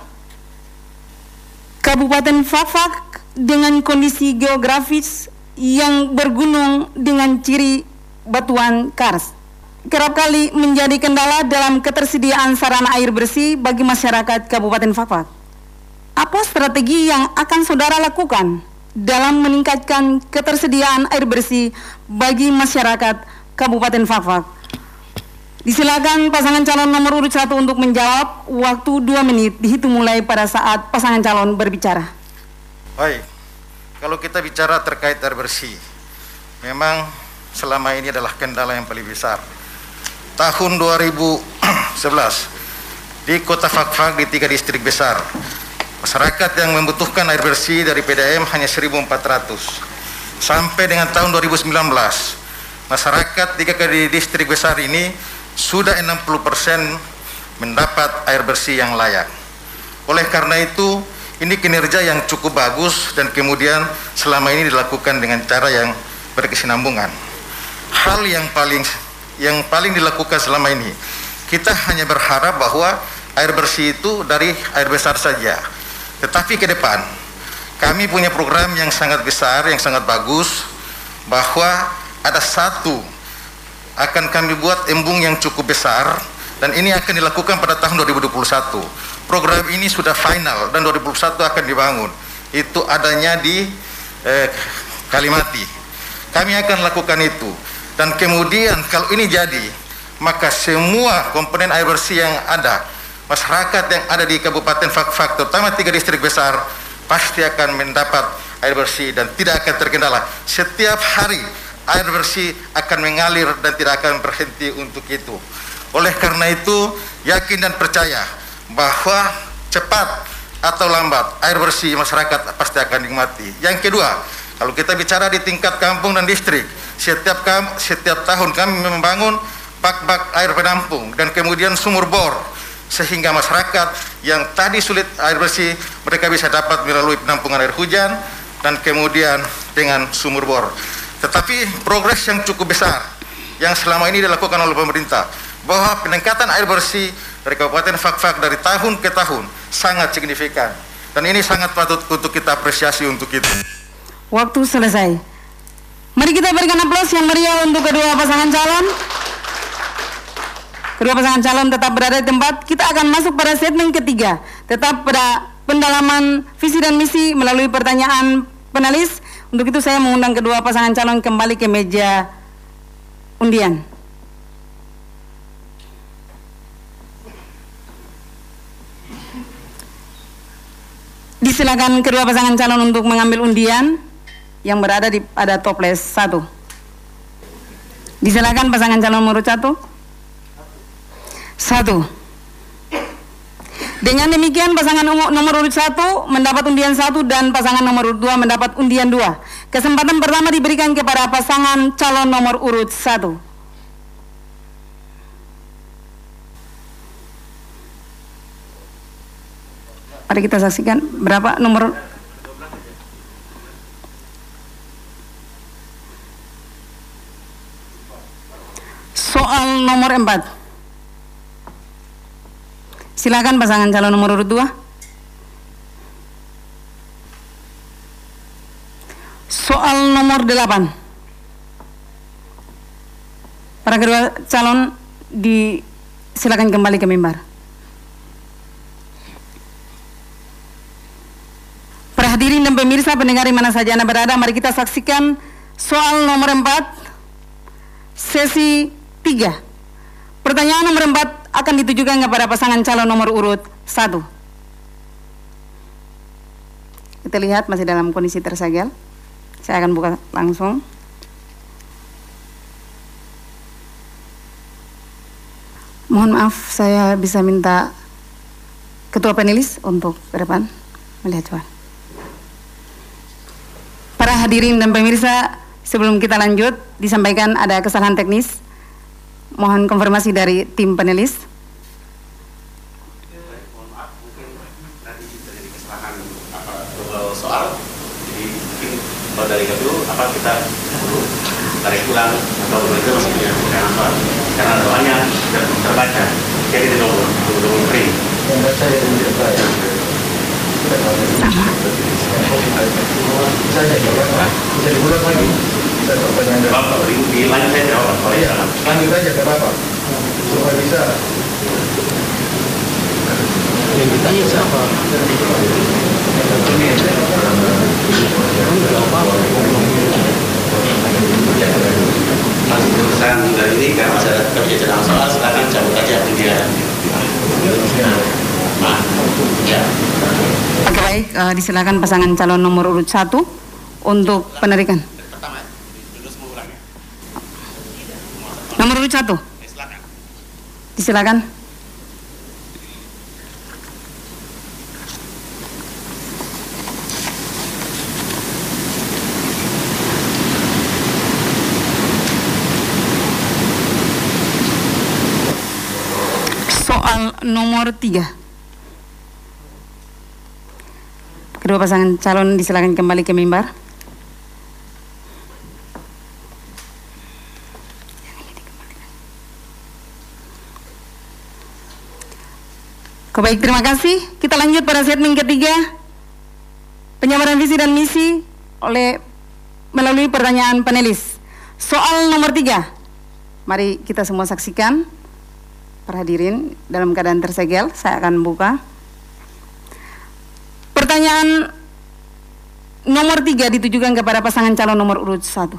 S4: Kabupaten Fakfak dengan kondisi geografis yang bergunung dengan ciri batuan kars kerap kali menjadi kendala dalam ketersediaan sarana air bersih bagi masyarakat Kabupaten Fakfak. Apa strategi yang akan saudara lakukan dalam meningkatkan ketersediaan air bersih bagi masyarakat Kabupaten Fakfak? Disilakan pasangan calon nomor urut 1 untuk menjawab. Waktu 2 menit dihitung mulai pada saat pasangan calon berbicara.
S5: Baik, kalau kita bicara terkait air bersih, memang selama ini adalah kendala yang paling besar. Tahun 2011 di Kota Fakfak di 3 distrik besar, masyarakat yang membutuhkan air bersih dari PDAM hanya 1.400. Sampai dengan tahun 2019, masyarakat 3 distrik besar ini sudah 60% mendapat air bersih yang layak. Oleh karena itu, ini kinerja yang cukup bagus dan kemudian selama ini dilakukan dengan cara yang berkesinambungan. Hal yang paling dilakukan selama ini, kita hanya berharap bahwa air bersih itu dari air besar saja. Tetapi ke depan, kami punya program yang sangat besar, yang sangat bagus, bahwa ada satu akan kami buat embung yang cukup besar, dan ini akan dilakukan pada tahun 2021. Program ini sudah final dan 2021 akan dibangun. Itu adanya di Kalimati. Kami akan lakukan itu. Dan kemudian kalau ini jadi, maka semua komponen air bersih yang ada, masyarakat yang ada di Kabupaten Fakfak, terutama 3 distrik besar, pasti akan mendapat air bersih dan tidak akan terkendala. Setiap hari air bersih akan mengalir dan tidak akan berhenti untuk itu. Oleh karena itu, yakin dan percaya bahwa cepat atau lambat air bersih masyarakat pasti akan dinikmati. Yang kedua, kalau kita bicara di tingkat kampung dan distrik, setiap tahun kami membangun bak-bak air penampung dan kemudian sumur bor, sehingga masyarakat yang tadi sulit air bersih, mereka bisa dapat melalui penampungan air hujan dan kemudian dengan sumur bor. Tetapi progres yang cukup besar yang selama ini dilakukan oleh pemerintah, bahwa peningkatan air bersih dari Kabupaten Fakfak dari tahun ke tahun sangat signifikan, dan ini sangat patut untuk kita apresiasi untuk itu.
S4: Waktu selesai. Mari kita berikan aplaus yang meriah untuk kedua pasangan calon. Kedua pasangan calon tetap berada di tempat. Kita akan masuk pada segmen ketiga, tetap pada pendalaman visi dan misi melalui pertanyaan panelis. Untuk itu saya mengundang kedua pasangan calon kembali ke meja undian. Disilakan kedua pasangan calon untuk mengambil undian yang berada pada toples 1. Disilakan pasangan calon nomor 1. 1. Dengan demikian pasangan nomor urut 1 mendapat undian 1 dan pasangan nomor urut 2 mendapat undian 2. Kesempatan pertama diberikan kepada pasangan calon nomor urut 1. Mari kita saksikan berapa nomor. Soal nomor 4. Silakan pasangan calon nomor urut 2. Soal nomor 8. Para kedua calon silakan kembali ke mimbar. Para hadirin dan pemirsa pendengar di mana saja Anda berada, mari kita saksikan soal nomor 4 sesi 3. Pertanyaan nomor 4 akan ditujukan kepada pasangan calon nomor urut 1. Kita lihat masih dalam kondisi tersegel. Saya akan buka langsung. Mohon maaf, saya bisa minta ketua panelis untuk ke depan melihat soal. Para hadirin dan pemirsa, sebelum kita lanjut, disampaikan ada kesalahan teknis. Mohon konfirmasi dari tim panelis.
S9: Mohon maaf, mungkin nanti terjadi kesalahan soal. Jadi mungkin kalau dari KPU kita perlu tarik ulang atau itu masih punya soal karena doanya sudah terbaca. Jadi di nomor
S5: Lanjut aja ke Bapak supaya bisa. Yang ditanya siapa?
S9: Mas urusan dari ini karena saya kerja sedang soal, silakan cabut aja dia.
S4: Oke, baik, disilakan pasangan calon nomor urut 1 untuk penarikan. Nomor urut 1. Disilakan. Soal nomor 3. Kedua pasangan calon disilakan kembali ke mimbar. Baik, terima kasih. Kita lanjut pada segmen ketiga, penyampaian visi dan misi melalui pertanyaan panelis. Soal nomor 3, mari kita semua saksikan. Para hadirin dalam keadaan tersegel, saya akan buka. Pertanyaan nomor 3 ditujukan kepada pasangan calon nomor urut 1.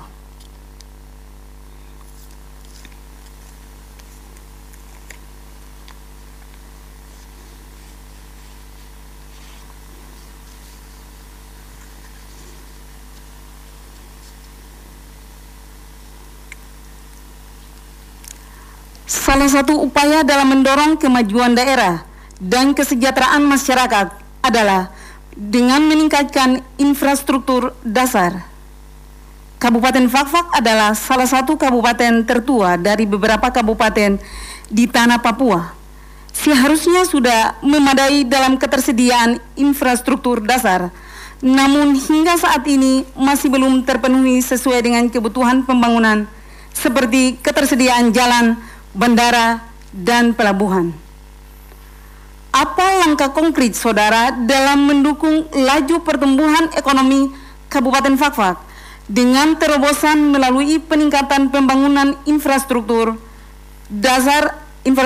S4: Salah satu upaya dalam mendorong kemajuan daerah dan kesejahteraan masyarakat adalah dengan meningkatkan infrastruktur dasar. Kabupaten Fakfak adalah salah satu kabupaten tertua dari beberapa kabupaten di tanah Papua. Seharusnya sudah memadai dalam ketersediaan infrastruktur dasar, namun hingga saat ini masih belum terpenuhi sesuai dengan kebutuhan pembangunan seperti ketersediaan jalan, bandara, dan pelabuhan. Apa langkah konkret saudara dalam mendukung laju pertumbuhan ekonomi Kabupaten Fakfak dengan terobosan melalui peningkatan pembangunan infrastruktur dasar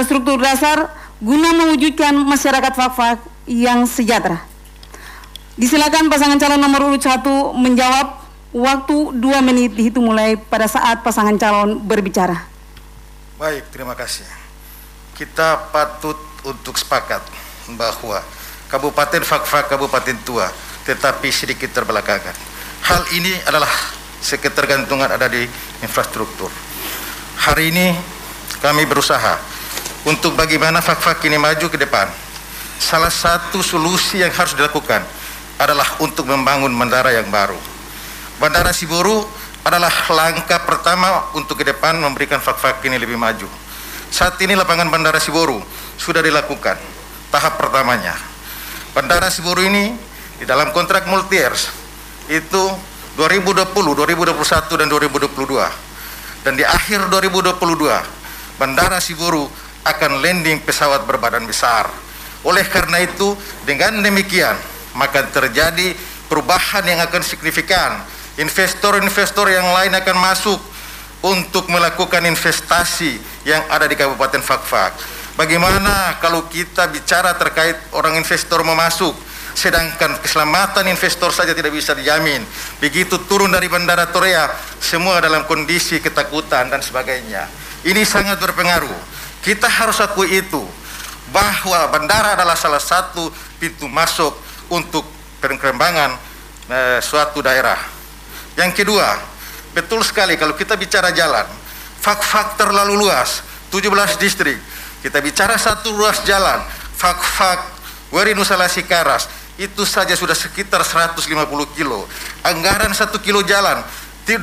S4: guna mewujudkan masyarakat Fakfak yang sejahtera? Disilakan pasangan calon nomor urut 1 menjawab. Waktu 2 menit dihitung mulai pada saat pasangan calon berbicara.
S5: Baik, terima kasih. Kita patut untuk sepakat bahwa Kabupaten Fakfak kabupaten tua, tetapi sedikit terbelakangkan. Hal ini adalah ketergantungan ada di infrastruktur. Hari ini kami berusaha untuk bagaimana Fakfak ini maju ke depan. Salah satu solusi yang harus dilakukan adalah untuk membangun bandara yang baru. Bandara Siboru adalah langkah pertama untuk ke depan memberikan Fakfak ini lebih maju. Saat ini lapangan Bandara Siboru sudah dilakukan tahap pertamanya. Bandara Siboru ini di dalam kontrak multi-years itu 2020, 2021 dan 2022. Dan di akhir 2022 Bandara Siboru akan landing pesawat berbadan besar. Oleh karena itu dengan demikian maka terjadi perubahan yang akan signifikan. Investor-investor yang lain akan masuk untuk melakukan investasi yang ada di Kabupaten Fakfak. Bagaimana kalau kita bicara terkait orang investor memasuk, sedangkan keselamatan investor saja tidak bisa dijamin. Begitu turun dari Bandara Torea, semua dalam kondisi ketakutan dan sebagainya. Ini sangat berpengaruh. Kita harus akui itu, bahwa bandara adalah salah satu pintu masuk untuk perkembangan suatu daerah. Yang kedua, betul sekali kalau kita bicara jalan, Fakfak terlalu luas, 17 distrik. Kita bicara satu ruas jalan, Fakfak, Warinusala Sikaras, itu saja sudah sekitar 150 kilo. Anggaran 1 kilo jalan, 2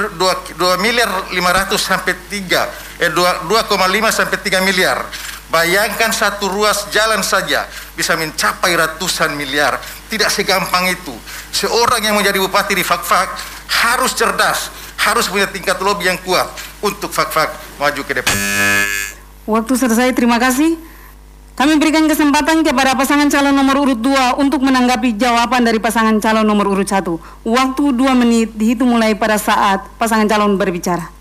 S5: miliar 500 sampai 2,5 sampai 3 miliar. Bayangkan satu ruas jalan saja bisa mencapai ratusan miliar. Tidak segampang itu. Seorang yang menjadi bupati di Fakfak harus cerdas, harus punya tingkat lobby yang kuat untuk Fakfak maju ke depan.
S4: Waktu selesai, terima kasih. Kami berikan kesempatan kepada pasangan calon nomor urut 2 untuk menanggapi jawaban dari pasangan calon nomor urut 1. Waktu 2 menit dihitung mulai pada saat pasangan calon berbicara.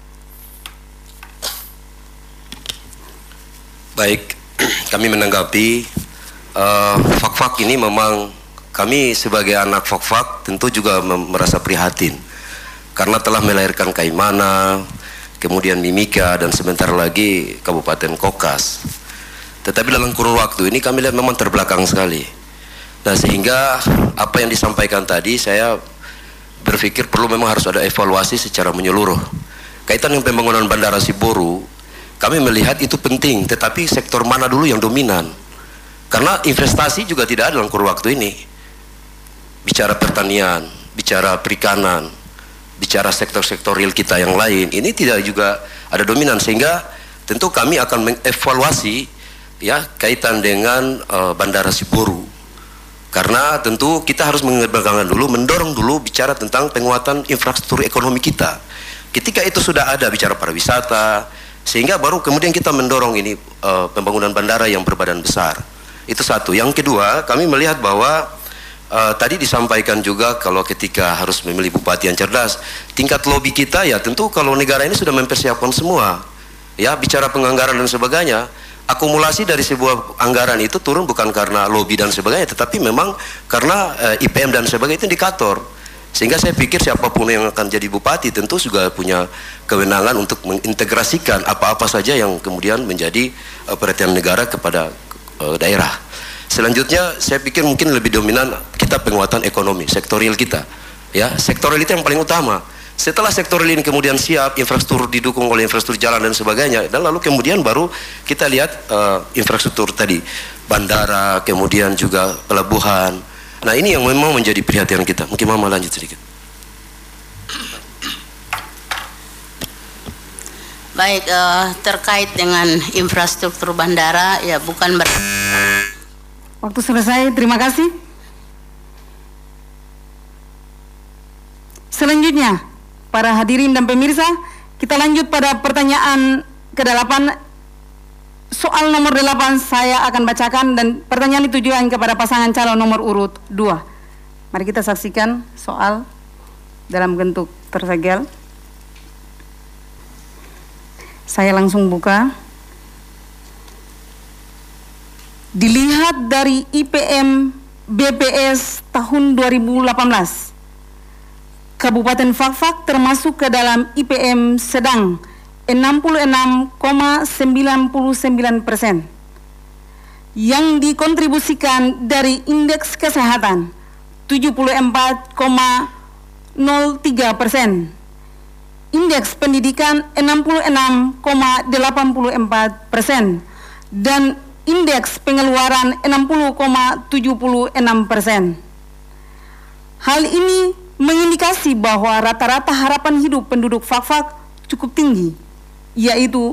S7: Baik, kami menanggapi Fak-Fak ini memang kami sebagai anak Fak-Fak tentu juga merasa prihatin karena telah melahirkan Kaimana, kemudian Mimika, dan sebentar lagi Kabupaten Kokas. Tetapi dalam kurun waktu ini kami lihat memang terbelakang sekali. Nah, sehingga apa yang disampaikan tadi saya berpikir perlu memang harus ada evaluasi secara menyeluruh. Kaitan dengan pembangunan Bandara Siboru, kami melihat itu penting, tetapi sektor mana dulu yang dominan? Karena investasi juga tidak ada dalam kurun waktu ini. Bicara pertanian, bicara perikanan, bicara sektor-sektor real kita yang lain, ini tidak juga ada dominan, sehingga tentu kami akan mengevaluasi ya kaitan dengan Bandara Siboru, karena tentu kita harus mengembangkan dulu, mendorong dulu bicara tentang penguatan infrastruktur ekonomi kita. Ketika itu sudah ada bicara pariwisata, sehingga baru kemudian kita mendorong ini pembangunan bandara yang berbadan besar. Itu satu. Yang kedua, kami melihat bahwa tadi disampaikan juga kalau ketika harus memilih bupati yang cerdas, tingkat lobi kita ya tentu kalau negara ini sudah mempersiapkan semua, ya bicara penganggaran dan sebagainya. Akumulasi dari sebuah anggaran itu turun bukan karena lobby dan sebagainya, tetapi memang karena IPM dan sebagainya itu indikator. Sehingga saya pikir siapapun yang akan jadi bupati tentu juga punya kewenangan untuk mengintegrasikan apa-apa saja yang kemudian menjadi perhatian negara kepada daerah. Selanjutnya saya pikir mungkin lebih dominan kita penguatan ekonomi, sektor real kita. Ya, sektor real itu yang paling utama. Setelah sektor real ini kemudian siap, infrastruktur didukung oleh infrastruktur jalan dan sebagainya, dan lalu kemudian baru kita lihat infrastruktur tadi, bandara, kemudian juga pelabuhan. Nah, ini yang memang menjadi perhatian kita. Mungkin Mama lanjut sedikit.
S8: Baik, terkait dengan infrastruktur bandara, ya bukan
S4: Waktu selesai, terima kasih. Selanjutnya, para hadirin dan pemirsa, kita lanjut pada pertanyaan ke-8. Soal nomor 8 saya akan bacakan dan pertanyaan ditujukan kepada pasangan calon nomor urut 2. Mari kita saksikan soal dalam bentuk tersegel. Saya langsung buka. Dilihat dari IPM BPS tahun 2018, Kabupaten Fak-Fak termasuk ke dalam IPM sedang 66,99%, yang dikontribusikan dari indeks kesehatan 74,03%, indeks pendidikan 66,84%, dan indeks pengeluaran 60,76%. Hal ini mengindikasi bahwa rata-rata harapan hidup penduduk Fak-Fak cukup tinggi, yaitu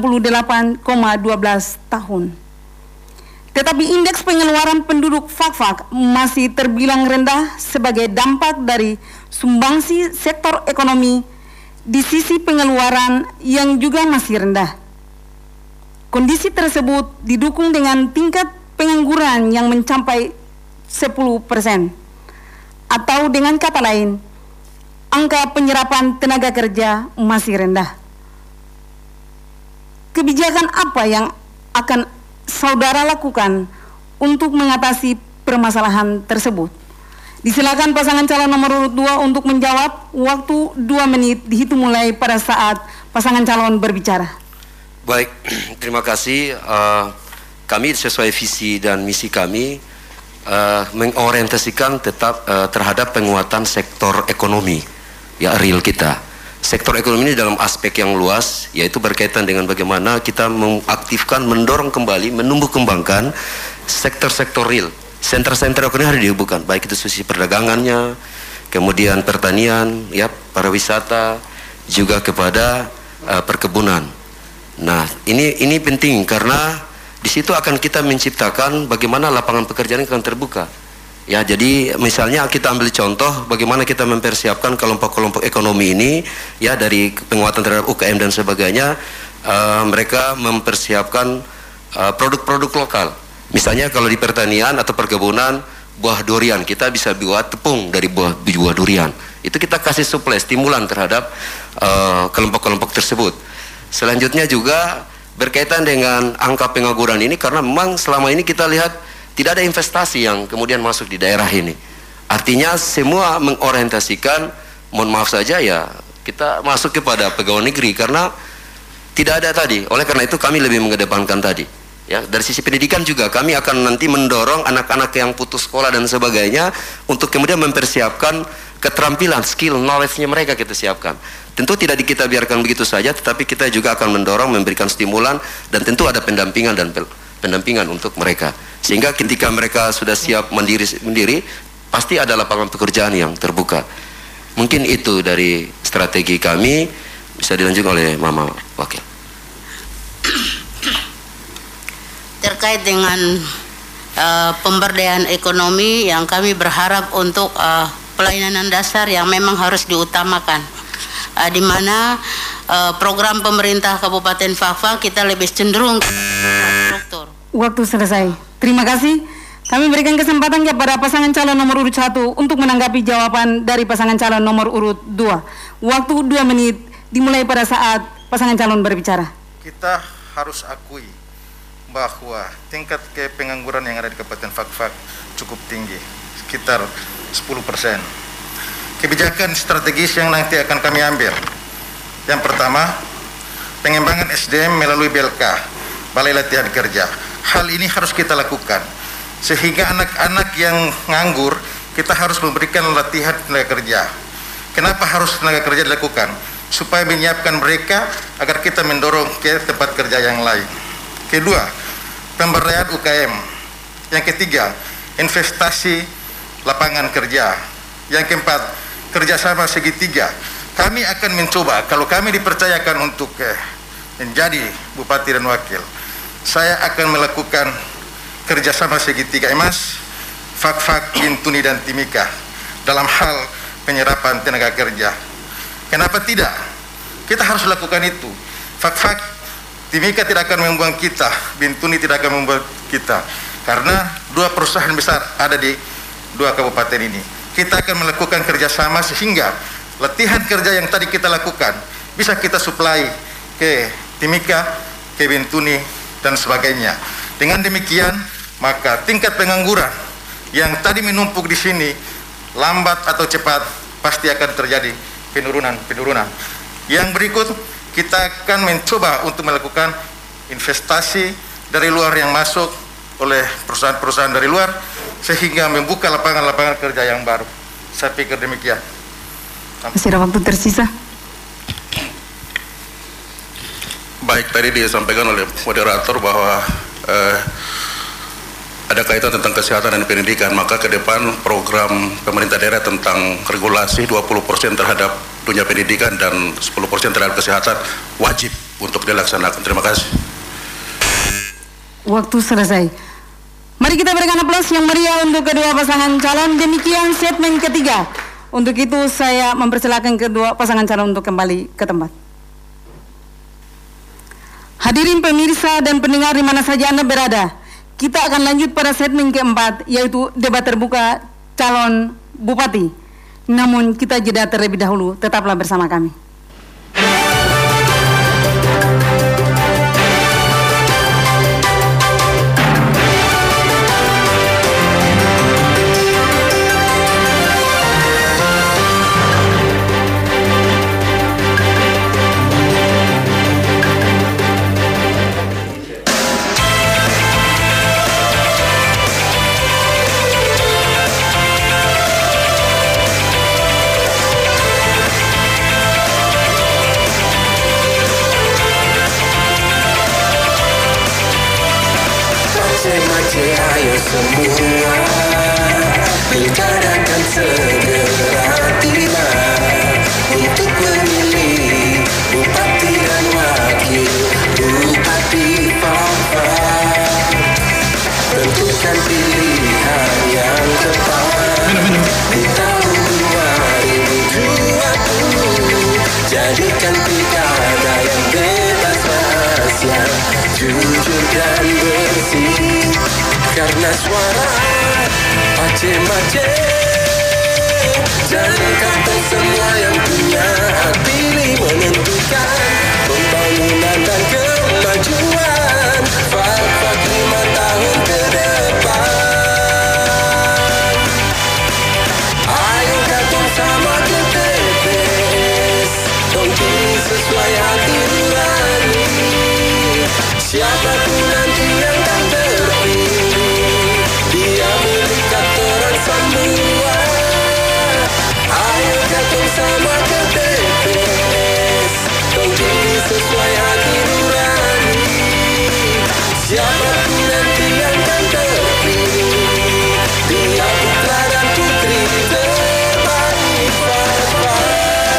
S4: 68,12 tahun. Tetapi indeks pengeluaran penduduk Fak-Fak masih terbilang rendah sebagai dampak dari sumbangsi sektor ekonomi di sisi pengeluaran yang juga masih rendah. Kondisi tersebut didukung dengan tingkat pengangguran yang mencapai 10%, atau dengan kata lain, angka penyerapan tenaga kerja masih rendah. Kebijakan apa yang akan saudara lakukan untuk mengatasi permasalahan tersebut? Disilakan pasangan calon nomor urut 2 untuk menjawab. Waktu 2 menit dihitung mulai pada saat pasangan calon berbicara.
S7: Baik, terima kasih. Kami sesuai visi dan misi kami mengorientasikan tetap terhadap penguatan sektor ekonomi, ya real kita. Sektor ekonomi ini dalam aspek yang luas, yaitu berkaitan dengan bagaimana kita mengaktifkan, mendorong kembali, menumbuh kembangkan sektor-sektor real. Sentra-sentra ekonomi harus dihubungkan, baik itu sisi perdagangannya, kemudian pertanian, ya pariwisata, juga kepada perkebunan. Nah, ini penting karena di situ akan kita menciptakan bagaimana lapangan pekerjaan akan terbuka. Ya, jadi misalnya kita ambil contoh bagaimana kita mempersiapkan kelompok-kelompok ekonomi ini, ya dari penguatan terhadap UKM dan sebagainya, mereka mempersiapkan produk-produk lokal. Misalnya kalau di pertanian atau perkebunan, buah durian, kita bisa buat tepung dari buah durian. Itu kita kasih suplai, stimulan terhadap kelompok-kelompok tersebut. Selanjutnya juga berkaitan dengan angka pengangguran ini, karena memang selama ini kita lihat tidak ada investasi yang kemudian masuk di daerah ini. Artinya semua mengorientasikan, mohon maaf saja ya, kita masuk kepada pegawai negeri karena tidak ada tadi. Oleh karena itu kami lebih mengedepankan tadi. Ya, dari sisi pendidikan juga kami akan nanti mendorong anak-anak yang putus sekolah dan sebagainya untuk kemudian mempersiapkan keterampilan, skill, knowledge-nya mereka kita siapkan. Tentu tidak kita biarkan begitu saja, tetapi kita juga akan mendorong, memberikan stimulan, dan tentu ada pendampingan untuk mereka. Sehingga ketika mereka sudah siap mandiri, pasti ada lapangan pekerjaan yang terbuka. Mungkin itu dari strategi kami, bisa dilanjutkan oleh Mama Wakil.
S8: Terkait dengan pemberdayaan ekonomi yang kami berharap untuk pelayanan dasar yang memang harus diutamakan, di mana program pemerintah Kabupaten Fak-Fak kita lebih cenderung ke struktur.
S4: Waktu selesai. Terima kasih. Kami berikan kesempatan kepada pasangan calon nomor urut 1 untuk menanggapi jawaban dari pasangan calon nomor urut 2. Waktu 2 menit dimulai pada saat pasangan calon berbicara.
S5: Kita harus akui bahwa tingkat pengangguran yang ada di Kabupaten Fak-Fak cukup tinggi, sekitar 10%. Kebijakan strategis yang nanti akan kami ambil. Yang pertama, pengembangan SDM melalui BLK, Balai Latihan Kerja. Hal ini harus kita lakukan, sehingga anak-anak yang nganggur, kita harus memberikan latihan tenaga kerja. Kenapa harus tenaga kerja dilakukan? Supaya menyiapkan mereka agar kita mendorong ke tempat kerja yang lain. Kedua, pemberdayaan UKM. Yang ketiga, investasi lapangan kerja. Yang keempat, kerjasama segitiga. Kami akan mencoba, kalau kami dipercayakan untuk menjadi bupati dan wakil, saya akan melakukan kerjasama segitiga emas, Fak-Fak, Bintuni, dan Timika dalam hal penyerapan tenaga kerja. Kenapa tidak? Kita harus lakukan itu. Fak-Fak, Timika tidak akan membuang kita, Bintuni tidak akan membuang kita, karena dua perusahaan besar ada di dua kabupaten ini. Kita akan melakukan kerjasama sehingga latihan kerja yang tadi kita lakukan bisa kita suplai ke Timika, ke Bintuni, dan sebagainya. Dengan demikian, maka tingkat pengangguran yang tadi menumpuk di sini lambat atau cepat pasti akan terjadi penurunan. Yang berikut, kita akan mencoba untuk melakukan investasi dari luar yang masuk oleh perusahaan-perusahaan dari luar, sehingga membuka lapangan-lapangan kerja yang baru. Saya pikir demikian.
S4: Masih ada waktu tersisa.
S6: Baik, tadi disampaikan oleh moderator bahwa ada kaitan tentang kesehatan dan pendidikan, maka ke depan program pemerintah daerah tentang regulasi 20% terhadap dunia pendidikan dan 10% terhadap kesehatan wajib untuk dilaksanakan. Terima kasih.
S4: Waktu selesai. Mari kita berikan aplaus yang meriah untuk kedua pasangan calon. Demikian statement ketiga. Untuk itu saya mempersilakan kedua pasangan calon untuk kembali ke tempat. Hadirin pemirsa dan pendengar di mana saja Anda berada, kita akan lanjut pada segmen keempat, yaitu debat terbuka calon bupati. Namun kita jeda terlebih dahulu, tetaplah bersama kami.
S10: Ayo semua, pilkada kan segera tiba untuk memilih bupati dan wakil bupati Fak-Fak. Tentukan pilihan yang tepat di tahun 2020. Jadikan pilkada yang bebas rahasia, jujur dan bersih. karena suara Aceh-Aceh. Jadi kata semua yang punya hak pilih menentukan pembangunan dan kemajuan Fak-Fak 5 tahun ke depan. Ayo gabung sama ke TPS, dong pilih sesuai hati nurani. Siapapun nanti yang tak terpilih, dia milik katorang semua. Ayo gabung sama ke TPS, dong pilih sesuai hati nurani. Siapapun nanti yang tak terpilih, dia putra dan putri terbaik Fak-Fak.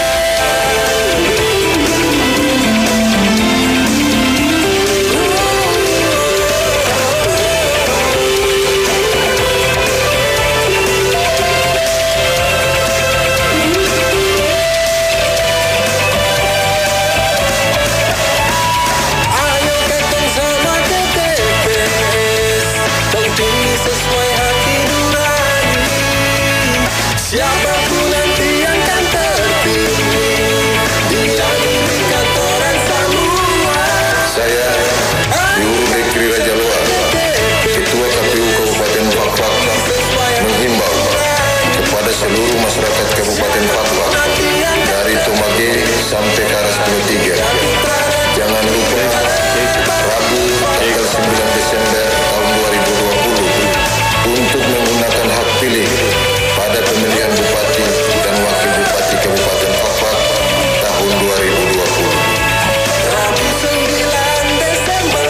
S10: Sesuai hati nurani. Siapapun nanti yang akan terpilih, dia milik katorang semua.
S3: Saya Yuru Bekri Raja Loa, Ketua KPU Kabupaten Fak-Fak, menghimbau kepada seluruh masyarakat Kabupaten Fak-Fak dari Tomage sampai Karas 23, jangan lupa Rabu tanggal 9 Desember tahun 2020 untuk menggunakan hak pilih pada pemilihan Bupati dan Wakil Bupati Kabupaten Fak-Fak tahun 2020.
S10: Rabu 9 Desember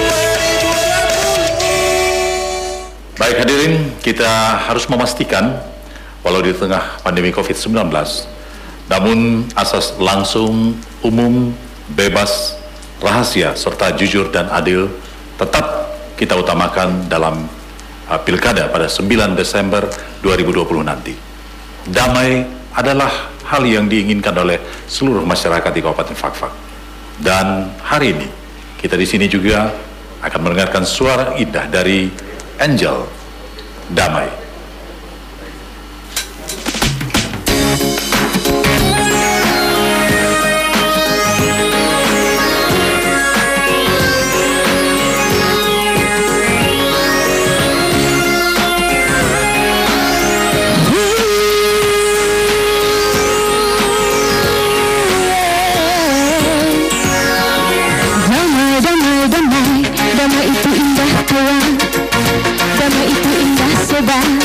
S10: 2020.
S1: Baik hadirin, kita harus memastikan walau di tengah pandemi COVID-19, namun asas langsung, umum, bebas, rahasia, serta jujur dan adil tetap kita utamakan dalam pilkada pada 9 Desember 2020 nanti. Damai adalah hal yang diinginkan oleh seluruh masyarakat di Kabupaten Fak-Fak. Dan hari ini kita di sini juga akan mendengarkan suara indah dari Angel Damai.
S11: Damai itu indah kawan, damai itu indah sobat.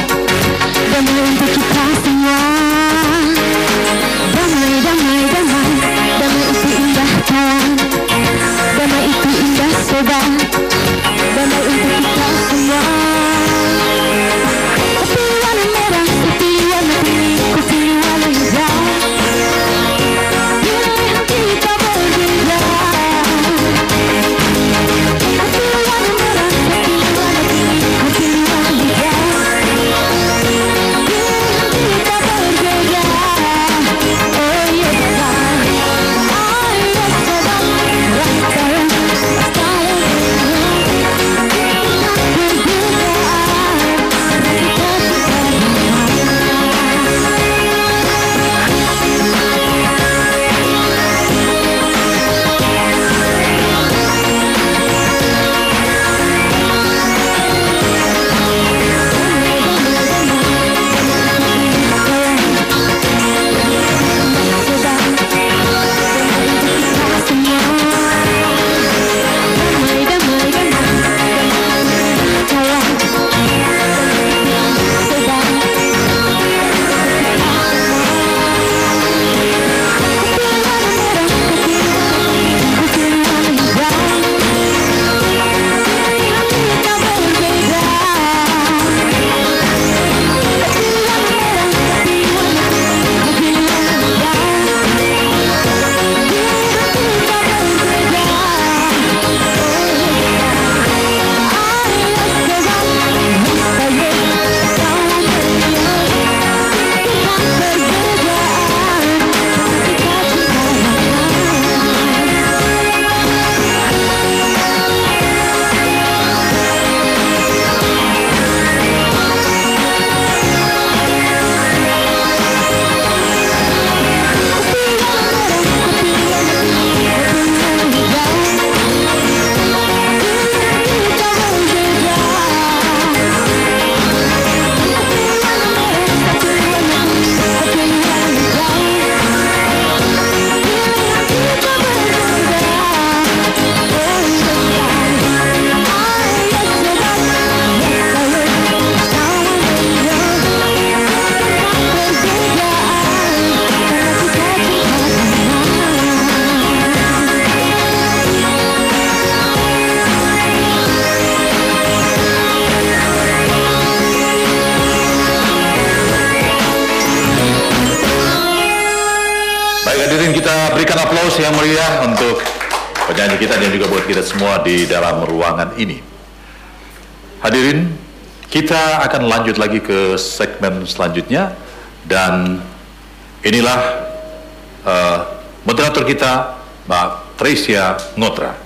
S1: yang meriah untuk penyanyi kita dan juga buat kita semua di dalam ruangan ini. Hadirin, kita akan lanjut lagi ke segmen selanjutnya, dan inilah moderator kita, Mbak Tresia Ngotra.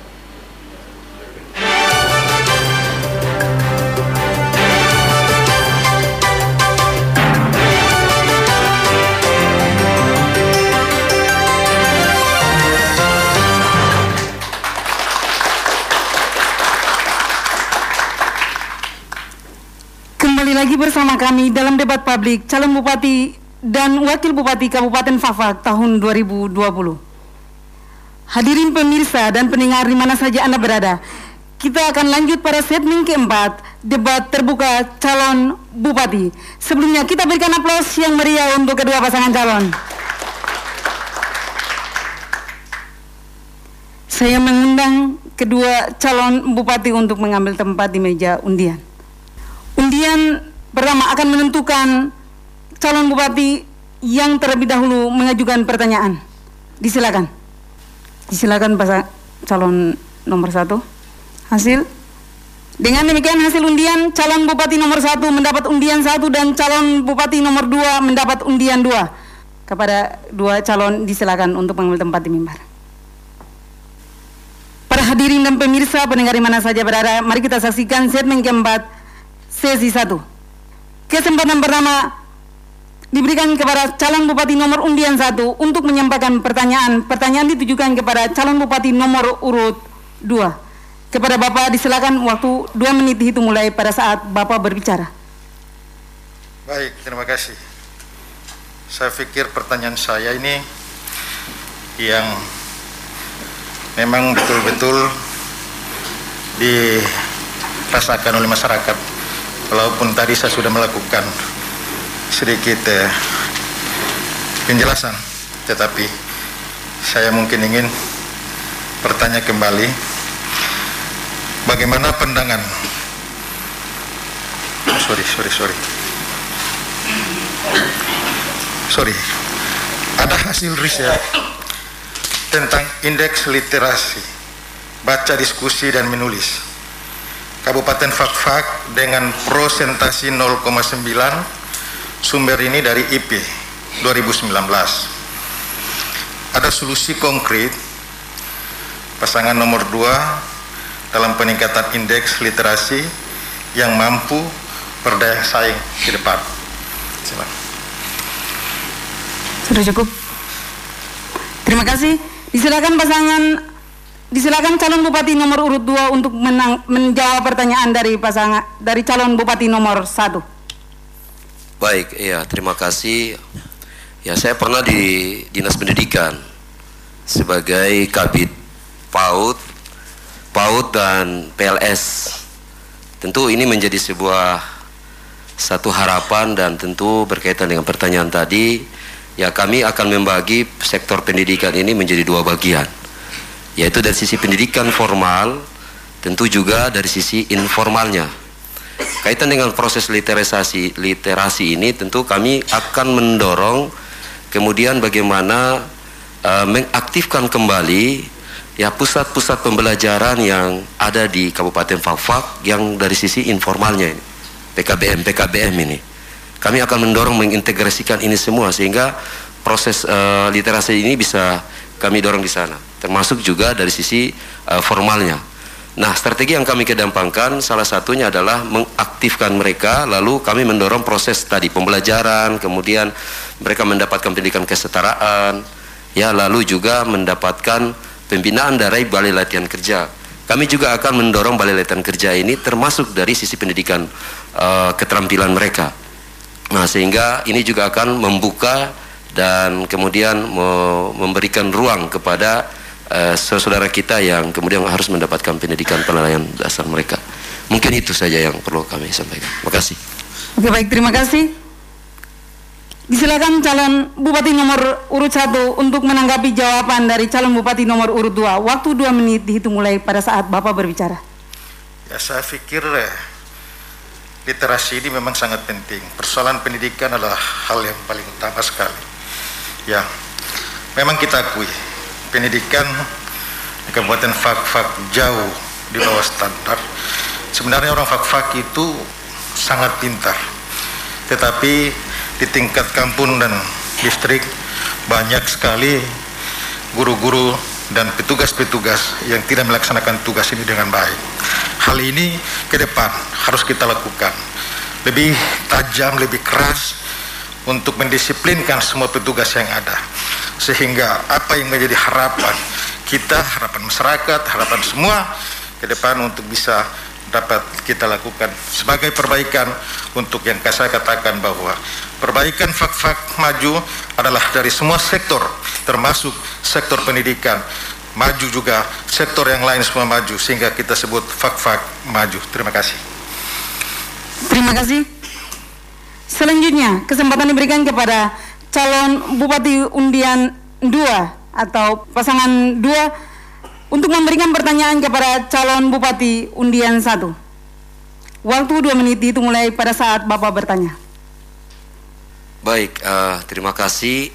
S4: Kembali lagi bersama kami dalam debat publik calon bupati dan wakil bupati Kabupaten Fafak tahun 2020. Hadirin pemirsa dan pendengar di mana saja Anda berada, kita akan lanjut pada segmen keempat, debat terbuka calon bupati. Sebelumnya kita berikan aplaus yang meriah untuk kedua pasangan calon. Saya mengundang kedua calon bupati untuk mengambil tempat di meja undian. Undian pertama akan menentukan calon bupati yang terlebih dahulu mengajukan pertanyaan. Disilakan. Disilakan calon nomor 1. Hasil. Dengan demikian hasil undian, calon bupati nomor 1 mendapat undian 1 dan calon bupati nomor 2 mendapat undian 2. Kepada dua calon disilakan untuk mengambil tempat di mimbar. Para hadirin dan pemirsa pendengar di mana saja berada, mari kita saksikan segmen keempat sesi 1. Kesempatan pertama diberikan kepada calon bupati nomor undian 1 untuk menyampaikan pertanyaan. Pertanyaan ditujukan kepada calon bupati nomor urut 2. Kepada Bapak disilakan, waktu 2 menit dihitung mulai pada saat Bapak berbicara.
S5: Baik, terima kasih. Saya pikir pertanyaan saya ini yang memang betul-betul dirasakan oleh masyarakat. Walaupun tadi saya sudah melakukan sedikit penjelasan, tetapi saya mungkin ingin bertanya kembali, bagaimana pandangan ada hasil riset tentang indeks literasi baca, diskusi, dan menulis Kabupaten Fak-Fak dengan prosentasi 0,9. Sumber ini dari IP 2019. Ada solusi konkret pasangan nomor 2 dalam peningkatan indeks literasi yang mampu berdaya saing di depan. Silakan.
S4: Sudah cukup. Terima kasih. Disilakan calon bupati nomor urut 2 untuk menjawab pertanyaan dari calon bupati nomor 1.
S7: Baik, ya, terima kasih. Ya, saya pernah di Dinas Pendidikan sebagai Kabid PAUD dan PLS. Tentu ini menjadi satu harapan, dan tentu berkaitan dengan pertanyaan tadi, ya, kami akan membagi sektor pendidikan ini menjadi 2 bagian. Yaitu dari sisi pendidikan formal, tentu juga dari sisi informalnya. Kaitan dengan proses literasi ini, tentu kami akan mendorong kemudian bagaimana mengaktifkan kembali ya pusat-pusat pembelajaran yang ada di Kabupaten Fak-Fak yang dari sisi informalnya ini, PKBM ini. Kami akan mendorong mengintegrasikan ini semua sehingga proses literasi ini bisa kami dorong di sana, termasuk juga dari sisi formalnya. Nah, strategi yang kami kedepankan salah satunya adalah mengaktifkan mereka, lalu kami mendorong proses tadi pembelajaran, kemudian mereka mendapatkan pendidikan kesetaraan, ya, lalu juga mendapatkan pembinaan dari Balai Latihan Kerja. Kami juga akan mendorong Balai Latihan Kerja ini termasuk dari sisi pendidikan keterampilan mereka. Nah, sehingga ini juga akan membuka dan kemudian memberikan ruang kepada saudara kita yang kemudian harus mendapatkan pendidikan penilaian dasar mereka. Mungkin itu saja yang perlu kami sampaikan. Terima kasih.
S4: Oke, baik, terima kasih. Disilakan calon bupati nomor urut 1 untuk menanggapi jawaban dari calon bupati nomor urut 2. Waktu 2 menit dihitung mulai pada saat Bapak berbicara.
S5: Ya, saya pikir literasi ini memang sangat penting. Persoalan pendidikan adalah hal yang paling utama sekali. Ya, memang kita akui pendidikan di Kabupaten Fak-Fak jauh di bawah standar. Sebenarnya orang Fak-Fak itu sangat pintar, tetapi di tingkat kampung dan distrik banyak sekali guru-guru dan petugas-petugas yang tidak melaksanakan tugas ini dengan baik. Hal ini ke depan harus kita lakukan lebih tajam, lebih keras untuk mendisiplinkan semua petugas yang ada, sehingga apa yang menjadi harapan kita, harapan masyarakat, harapan semua ke depan untuk bisa dapat kita lakukan sebagai perbaikan untuk yang saya katakan bahwa perbaikan Fak-Fak maju adalah dari semua sektor, termasuk sektor pendidikan maju juga, sektor yang lain semua maju, sehingga kita sebut Fak-Fak maju. Terima kasih.
S4: Terima kasih. Selanjutnya kesempatan diberikan kepada calon Bupati Undian 2 atau pasangan 2 untuk memberikan pertanyaan kepada calon Bupati Undian 1. Waktu 2 menit itu mulai pada saat Bapak bertanya.
S7: Baik, terima kasih.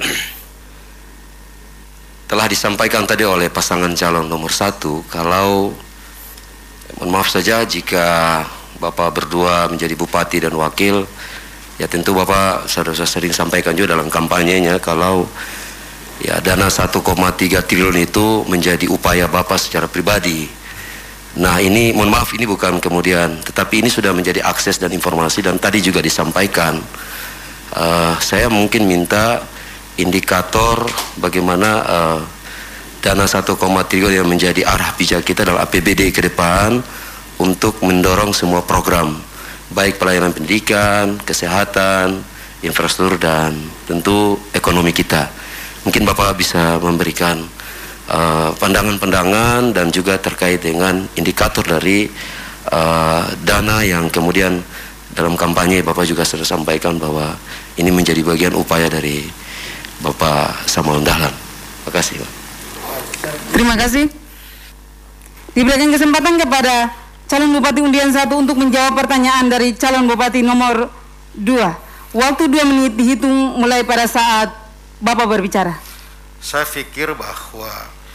S7: Telah disampaikan tadi oleh pasangan calon nomor 1 kalau mohon maaf saja jika Bapak berdua menjadi bupati dan wakil, ya tentu Bapak sudah sering sampaikan juga dalam kampanyenya kalau ya dana 1,3 triliun itu menjadi upaya Bapak secara pribadi. Nah ini mohon maaf ini bukan kemudian, tetapi ini sudah menjadi akses dan informasi dan tadi juga disampaikan. Saya mungkin minta indikator bagaimana dana 1, triliun yang menjadi arah bijak kita dalam APBD ke depan untuk mendorong semua program baik pelayanan pendidikan, kesehatan, infrastruktur dan tentu ekonomi kita. Mungkin Bapak bisa memberikan pandangan-pandangan dan juga terkait dengan indikator dari dana yang kemudian dalam kampanye Bapak juga sudah sampaikan bahwa ini menjadi bagian upaya dari Bapak Samuel Dahlan. Terima kasih, Pak.
S4: Terima kasih. Diberikan kesempatan kepada calon Bupati Undian 1 untuk menjawab pertanyaan dari calon Bupati nomor 2. Waktu 2 menit dihitung mulai pada saat Bapak berbicara.
S5: Saya pikir bahwa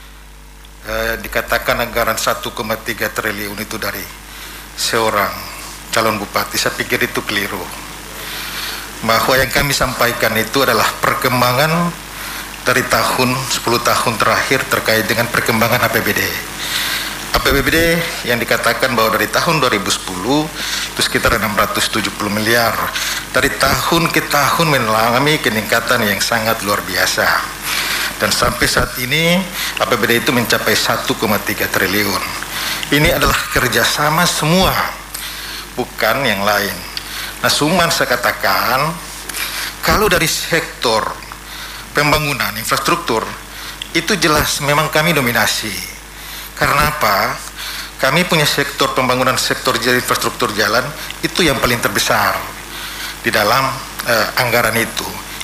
S5: dikatakan anggaran 1,3 triliun itu dari seorang calon bupati, saya pikir itu keliru. Bahwa yang kami sampaikan itu adalah perkembangan dari 10 tahun terakhir terkait dengan perkembangan APBD. APBD yang dikatakan bahwa dari tahun 2010 itu sekitar 670 miliar. Dari tahun ke tahun mengalami peningkatan yang sangat luar biasa. Dan sampai saat ini APBD itu mencapai 1,3 triliun. Ini adalah kerjasama semua, bukan yang lain. Nah, cuman saya katakan kalau dari sektor pembangunan infrastruktur itu jelas memang kami dominasi. Karena apa? Kami punya sektor pembangunan sektor infrastruktur jalan itu yang paling terbesar di dalam anggaran itu.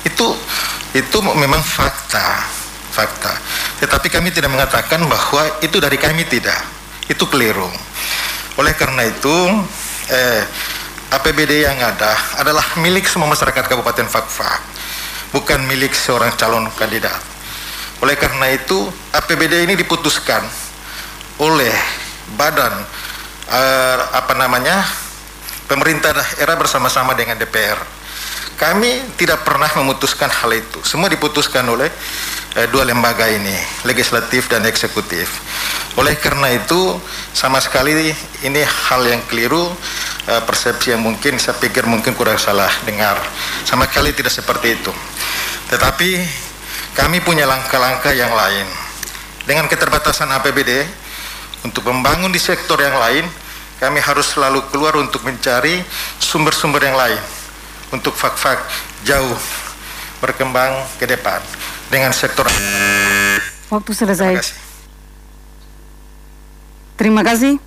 S5: Itu memang fakta. Tetapi kami tidak mengatakan bahwa itu dari kami, tidak. Itu keliru. Oleh karena itu APBD yang ada adalah milik semua masyarakat Kabupaten Fak-Fak, bukan milik seorang calon kandidat. Oleh karena itu APBD ini diputuskan oleh badan pemerintah daerah bersama-sama dengan DPR. Kami tidak pernah memutuskan hal itu. Semua diputuskan oleh dua lembaga ini, legislatif dan eksekutif. Oleh karena itu sama sekali ini hal yang keliru, persepsi yang mungkin saya pikir mungkin kurang salah dengar. Sama sekali tidak seperti itu. Tetapi kami punya langkah-langkah yang lain. Dengan keterbatasan APBD untuk membangun di sektor yang lain, kami harus selalu keluar untuk mencari sumber-sumber yang lain untuk Fak-Fak jauh berkembang ke depan dengan sektor.
S4: Waktu selesai. Terima kasih.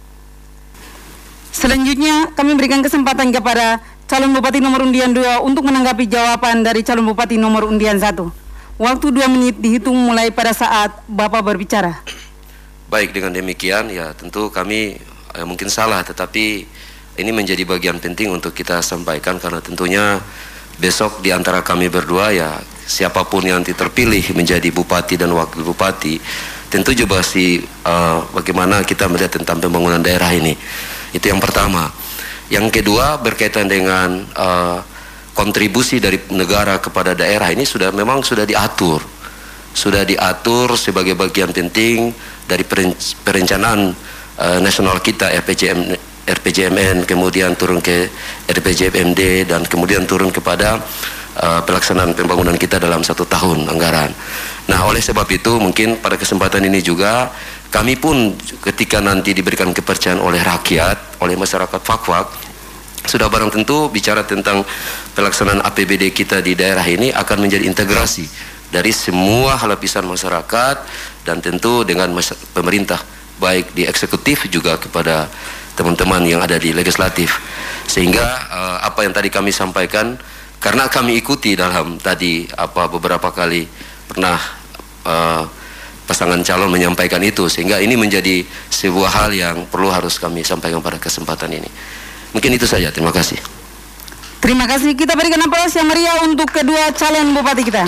S4: Selanjutnya kami berikan kesempatan kepada calon Bupati nomor undian 2 untuk menanggapi jawaban dari calon Bupati nomor undian 1. Waktu 2 menit dihitung mulai pada saat Bapak berbicara.
S7: Baik, dengan demikian ya tentu kami mungkin salah, tetapi ini menjadi bagian penting untuk kita sampaikan, karena tentunya besok di antara kami berdua ya siapapun yang nanti terpilih menjadi bupati dan wakil bupati, tentu juga bagaimana kita melihat tentang pembangunan daerah ini. Itu yang pertama. Yang kedua berkaitan dengan kontribusi dari negara kepada daerah ini memang sudah diatur sebagai bagian penting dari perencanaan nasional kita, RPJMN, kemudian turun ke RPJMD, dan kemudian turun kepada pelaksanaan pembangunan kita dalam 1 tahun anggaran. Nah, oleh sebab itu mungkin pada kesempatan ini juga kami pun ketika nanti diberikan kepercayaan oleh rakyat, oleh masyarakat Fak-Fak, sudah barang tentu bicara tentang pelaksanaan APBD kita di daerah ini akan menjadi integrasi dari semua lapisan masyarakat dan tentu dengan pemerintah, baik di eksekutif juga kepada teman-teman yang ada di legislatif. Sehingga apa yang tadi kami sampaikan, karena kami ikuti dalam tadi beberapa kali pernah pasangan calon menyampaikan itu, sehingga ini menjadi sebuah hal yang harus kami sampaikan pada kesempatan ini. Mungkin itu saja, terima kasih.
S4: Terima kasih, kita berikan aplaus yang meriah untuk kedua calon bupati kita.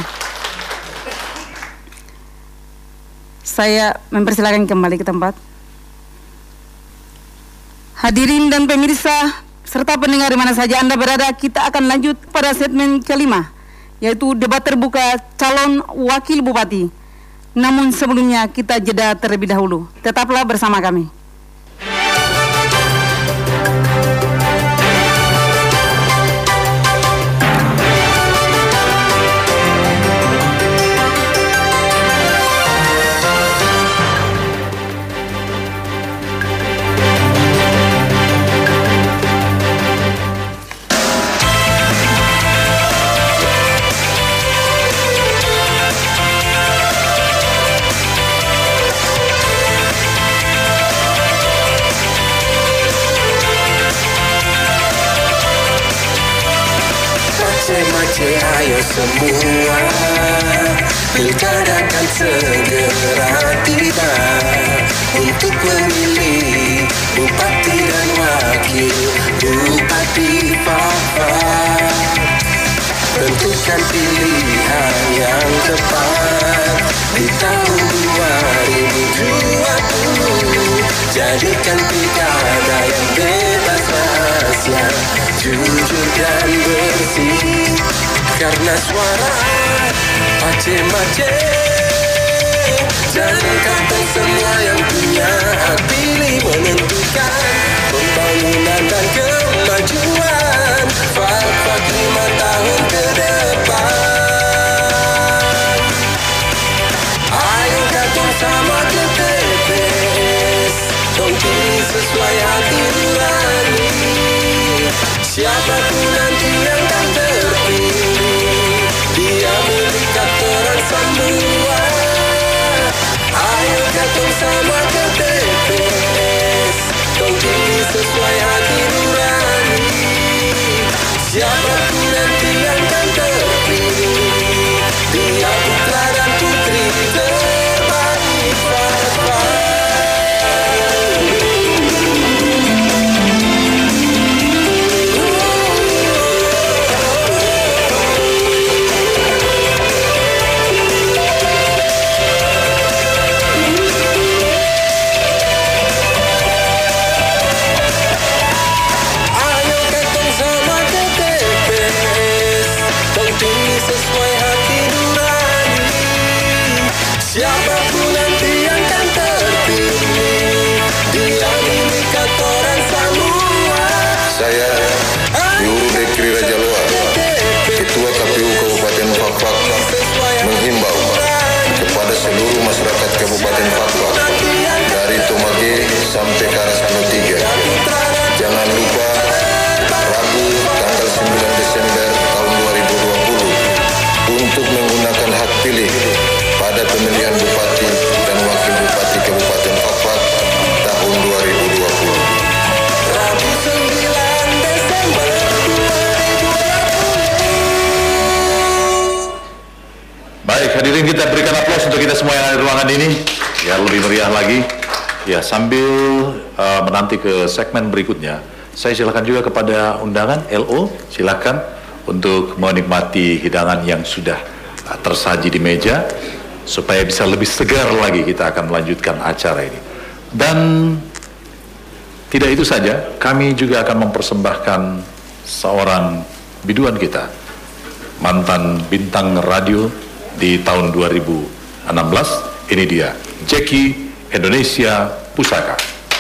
S4: Saya mempersilakan kembali ke tempat. Hadirin dan pemirsa serta pendengar di mana saja Anda berada, kita akan lanjut pada segmen kelima, yaitu debat terbuka calon wakil bupati. Namun sebelumnya kita jeda terlebih dahulu. Tetaplah bersama kami.
S10: Ayo semua, pilkada kan segera tiba untuk memilih bupati dan wakil bupati Fak-Fak. Tentukan pilihan yang tepat di tahun 2020. Jadikan pilkada yang bebas rahasia, jujur dan bersih. Karena suara Pace-Mace, jangan kata semua yang punya hak pilih menentukan pembangunan dan kemajuan Fak-Fak 5 tahun ke depan. Ayo gabung sama ke TPS, dong pilih sesuai hati nurani. Siapapun nanti yang akan terpilih, dia milik katoran semua. Ayo gabung sama ke TPS, dong pilih sesuai hati nurani. Siapapun nanti yang akan terpilih, dia putra dan putri terbaik Fak-Fak. Siapapun nanti yang akan terpilih, dia milik katoran semua.
S3: Saya Yuru Dekri Raja Loa, Ketua KPU Kabupaten Fak-Fak, menghimbau kepada seluruh masyarakat Kabupaten Fak-Fak dari Tomage sampai ke arah 3, jangan lupa Rabu tanggal 9 Desember tahun 2020 untuk menggunakan hak pilih pada pemilihan bupati dan wakil bupati Kabupaten Fak-Fak tahun 2020.
S10: Rabu 9 Desember 2020.
S1: Baik, hadirin, kita berikan aplaus untuk kita semua yang ada di ruangan ini. Ya, lebih meriah lagi. Ya, sambil menanti ke segmen berikutnya, saya silakan juga kepada undangan LO, silakan untuk menikmati hidangan yang sudah tersaji di meja supaya bisa lebih segar lagi kita akan melanjutkan acara ini. Dan tidak itu saja, kami juga akan mempersembahkan seorang biduan kita, mantan bintang radio di tahun 2016. Ini dia, Jackie Indonesia Pusaka.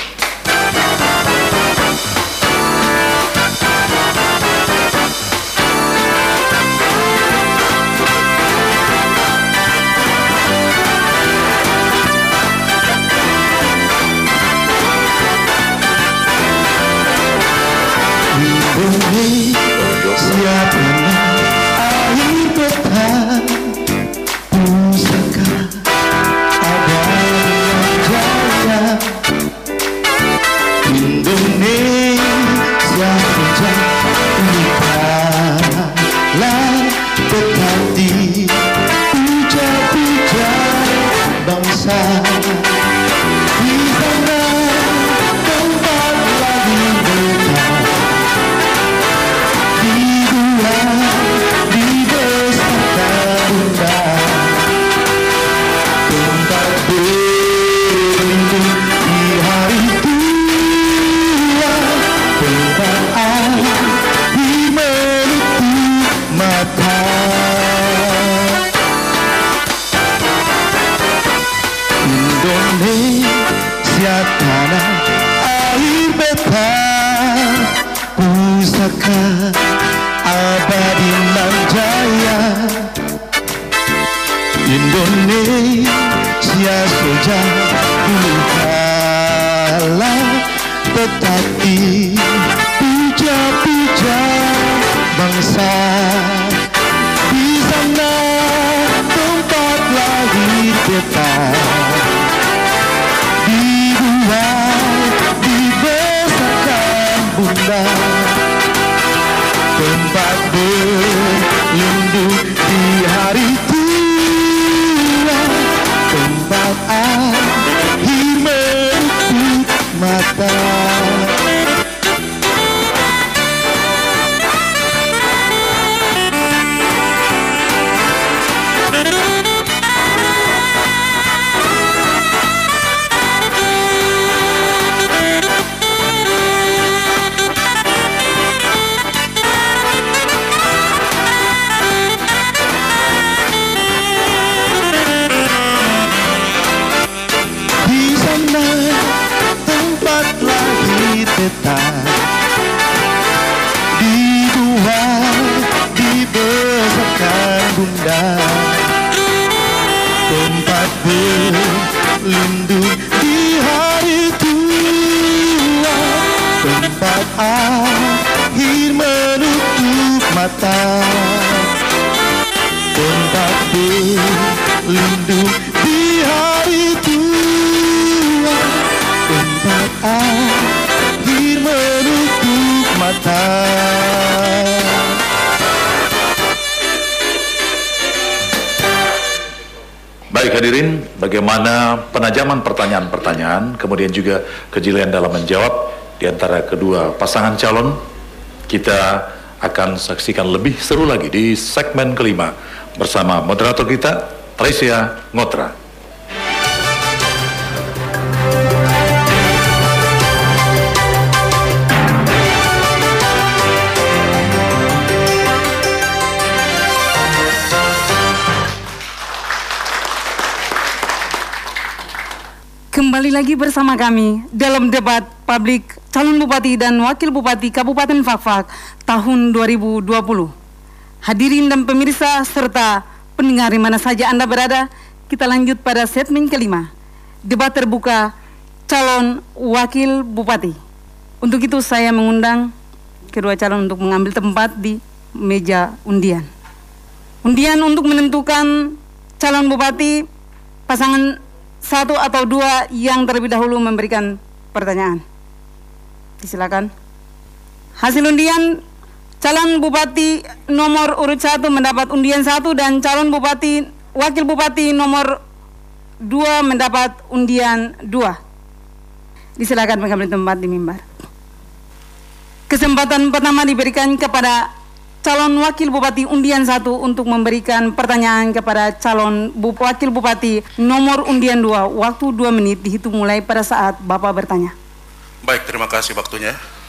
S1: Baik hadirin, bagaimana penajaman pertanyaan-pertanyaan, kemudian juga kejelian dalam menjawab di antara kedua pasangan calon, kita akan saksikan lebih seru lagi di segmen kelima bersama moderator kita, Tresia Ngotra.
S4: Kembali lagi bersama kami dalam debat publik calon bupati dan wakil bupati Kabupaten Fakfak tahun 2020. Hadirin dan pemirsa serta pendengar di mana saja Anda berada, kita lanjut pada segmen kelima, debat terbuka calon wakil bupati. Untuk itu saya mengundang kedua calon untuk mengambil tempat di meja undian. Undian untuk menentukan calon bupati, pasangan satu atau dua yang terlebih dahulu memberikan pertanyaan. Silakan. Hasil undian, calon bupati nomor urut 1 mendapat undian 1 dan calon bupati wakil bupati nomor 2 mendapat undian 2. Disilakan mengambil tempat di mimbar. Kesempatan pertama diberikan kepada calon wakil bupati undian 1 untuk memberikan pertanyaan kepada calon wakil bupati nomor undian 2. Waktu 2 menit dihitung mulai pada saat Bapak bertanya.
S6: Baik, terima kasih waktunya.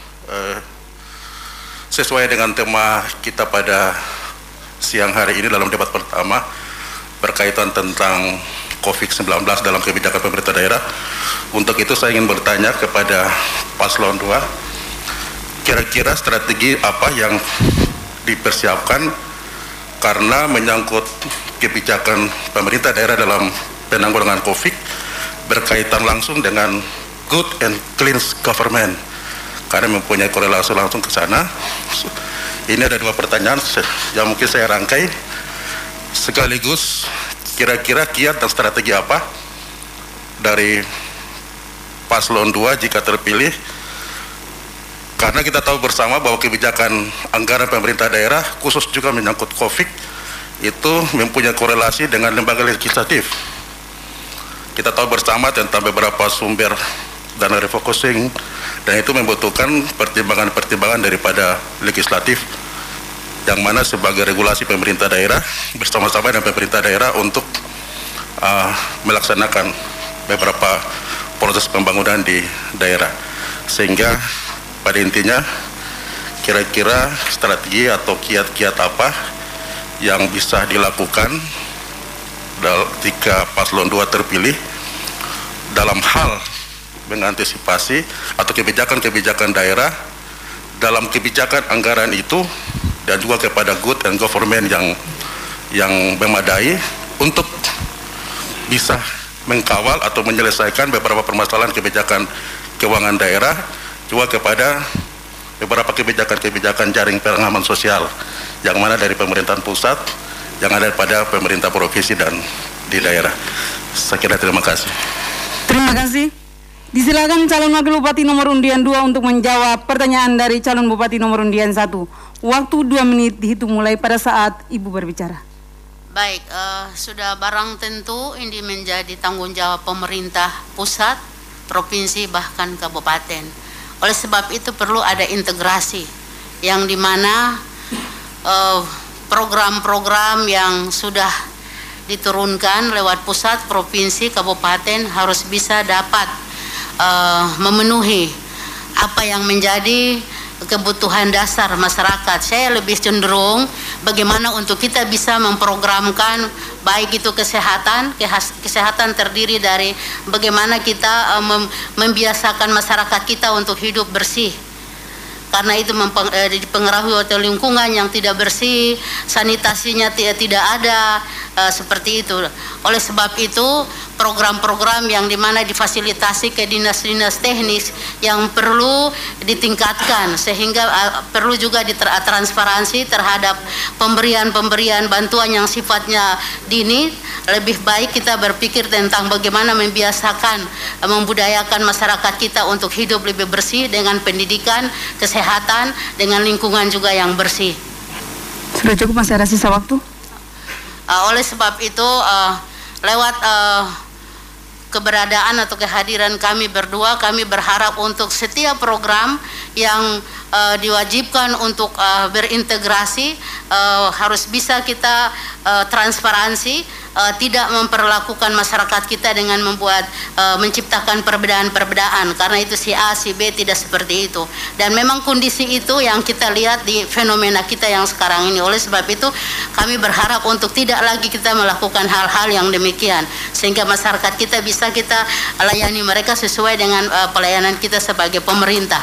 S6: Sesuai dengan tema kita pada siang hari ini dalam debat pertama berkaitan tentang COVID-19 dalam kebijakan pemerintah daerah. Untuk itu saya ingin bertanya kepada Paslon 2, kira-kira strategi apa yang dipersiapkan karena menyangkut kebijakan pemerintah daerah dalam penanggulangan COVID berkaitan langsung dengan good and clean government, karena mempunyai korelasi langsung ke sana. Ini ada 2 pertanyaan yang mungkin saya rangkai sekaligus. Kira-kira kiat dan strategi apa dari Paslon 2 jika terpilih? Karena kita tahu bersama bahwa kebijakan anggaran pemerintah daerah khusus juga menyangkut COVID itu mempunyai korelasi dengan lembaga legislatif. Kita tahu bersama tentang beberapa sumber dana refocusing, dan itu membutuhkan pertimbangan-pertimbangan daripada legislatif, yang mana sebagai regulasi pemerintah daerah bersama-sama dengan pemerintah daerah untuk melaksanakan beberapa proses pembangunan di daerah. Sehingga pada intinya kira-kira strategi atau kiat-kiat apa yang bisa dilakukan jika Paslon 2 terpilih dalam hal mengantisipasi atau kebijakan-kebijakan daerah dalam kebijakan anggaran itu, dan juga kepada good and government yang memadai untuk bisa mengkawal atau menyelesaikan beberapa permasalahan kebijakan keuangan daerah, juga kepada beberapa kebijakan-kebijakan jaring pengaman sosial yang mana dari pemerintahan pusat, yang ada pada pemerintah provinsi dan di daerah. Saya kira terima kasih.
S4: Terima kasih. Disilakan calon wakil bupati nomor undian 2 untuk menjawab pertanyaan dari calon bupati nomor undian 1. Waktu 2 menit dihitung mulai pada saat Ibu berbicara.
S8: Baik, sudah barang tentu ini menjadi tanggung jawab pemerintah pusat, provinsi, bahkan kabupaten. Oleh sebab itu perlu ada integrasi yang dimana program-program yang sudah diturunkan lewat pusat, provinsi, kabupaten harus bisa dapat memenuhi apa yang menjadi kebutuhan dasar masyarakat. Saya lebih cenderung bagaimana untuk kita bisa memprogramkan baik itu kesehatan terdiri dari bagaimana kita membiasakan masyarakat kita untuk hidup bersih. Karena itu dipengaruhi oleh lingkungan yang tidak bersih, sanitasinya tidak ada, seperti itu. Oleh sebab itu program-program yang dimana difasilitasi ke dinas-dinas teknis yang perlu ditingkatkan, sehingga perlu juga transparansi terhadap pemberian bantuan yang sifatnya dini. Lebih baik kita berpikir tentang bagaimana membiasakan, membudayakan masyarakat kita untuk hidup lebih bersih dengan pendidikan, kesehatan, dengan lingkungan juga yang bersih.
S4: Sudah cukup, masih ada sisa waktu.
S8: Oleh sebab itu lewat keberadaan atau kehadiran kami berdua, kami berharap untuk setiap program yang diwajibkan untuk berintegrasi harus bisa kita transparansi, tidak memperlakukan masyarakat kita dengan menciptakan perbedaan-perbedaan, karena itu si A, si B, tidak seperti itu. Dan memang kondisi itu yang kita lihat di fenomena kita yang sekarang ini. Oleh sebab itu kami berharap untuk tidak lagi kita melakukan hal-hal yang demikian, sehingga masyarakat kita bisa kita layani mereka sesuai dengan pelayanan kita sebagai pemerintah.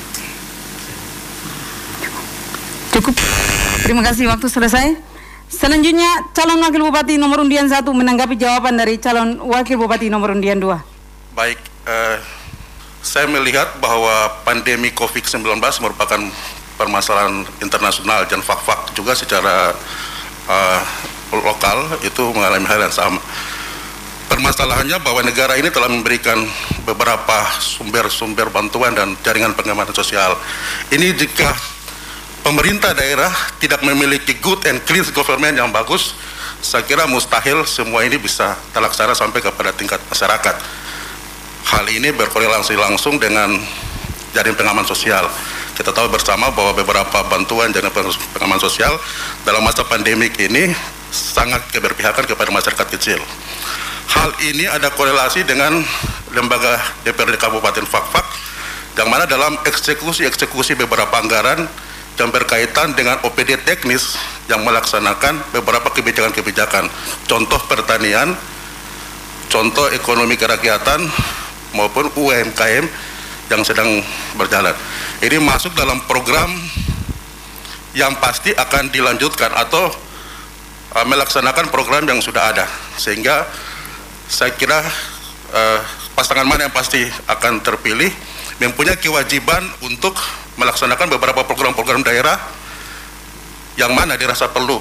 S4: Cukup. Terima kasih, waktu selesai. Selanjutnya calon wakil bupati nomor undian 1 menanggapi jawaban dari calon wakil bupati nomor undian 2.
S6: Baik, saya melihat bahwa pandemi COVID-19 merupakan permasalahan internasional, dan fak-fak juga secara lokal itu mengalami hal yang sama. Permasalahannya bahwa negara ini telah memberikan beberapa sumber-sumber bantuan dan jaringan pengembangan sosial. Ini jika pemerintah daerah tidak memiliki good and clean government yang bagus, saya kira mustahil semua ini bisa terlaksana sampai kepada tingkat masyarakat. Hal ini berkorelasi langsung dengan jaring pengaman sosial. kita tahu bersama bahwa beberapa bantuan dan pengaman sosial dalam masa pandemik ini sangat keberpihakan kepada masyarakat kecil. Hal ini ada korelasi dengan lembaga DPRD Kabupaten Fakfak, yang mana dalam eksekusi beberapa anggaran yang berkaitan dengan OPD teknis yang melaksanakan beberapa kebijakan-kebijakan, contoh pertanian, contoh ekonomi kerakyatan, maupun UMKM yang sedang berjalan. Ini masuk dalam program yang pasti akan dilanjutkan atau melaksanakan program yang sudah ada, sehingga saya kira pasangan mana yang pasti akan terpilih mempunyai kewajiban untuk melaksanakan beberapa program-program daerah yang mana dirasa perlu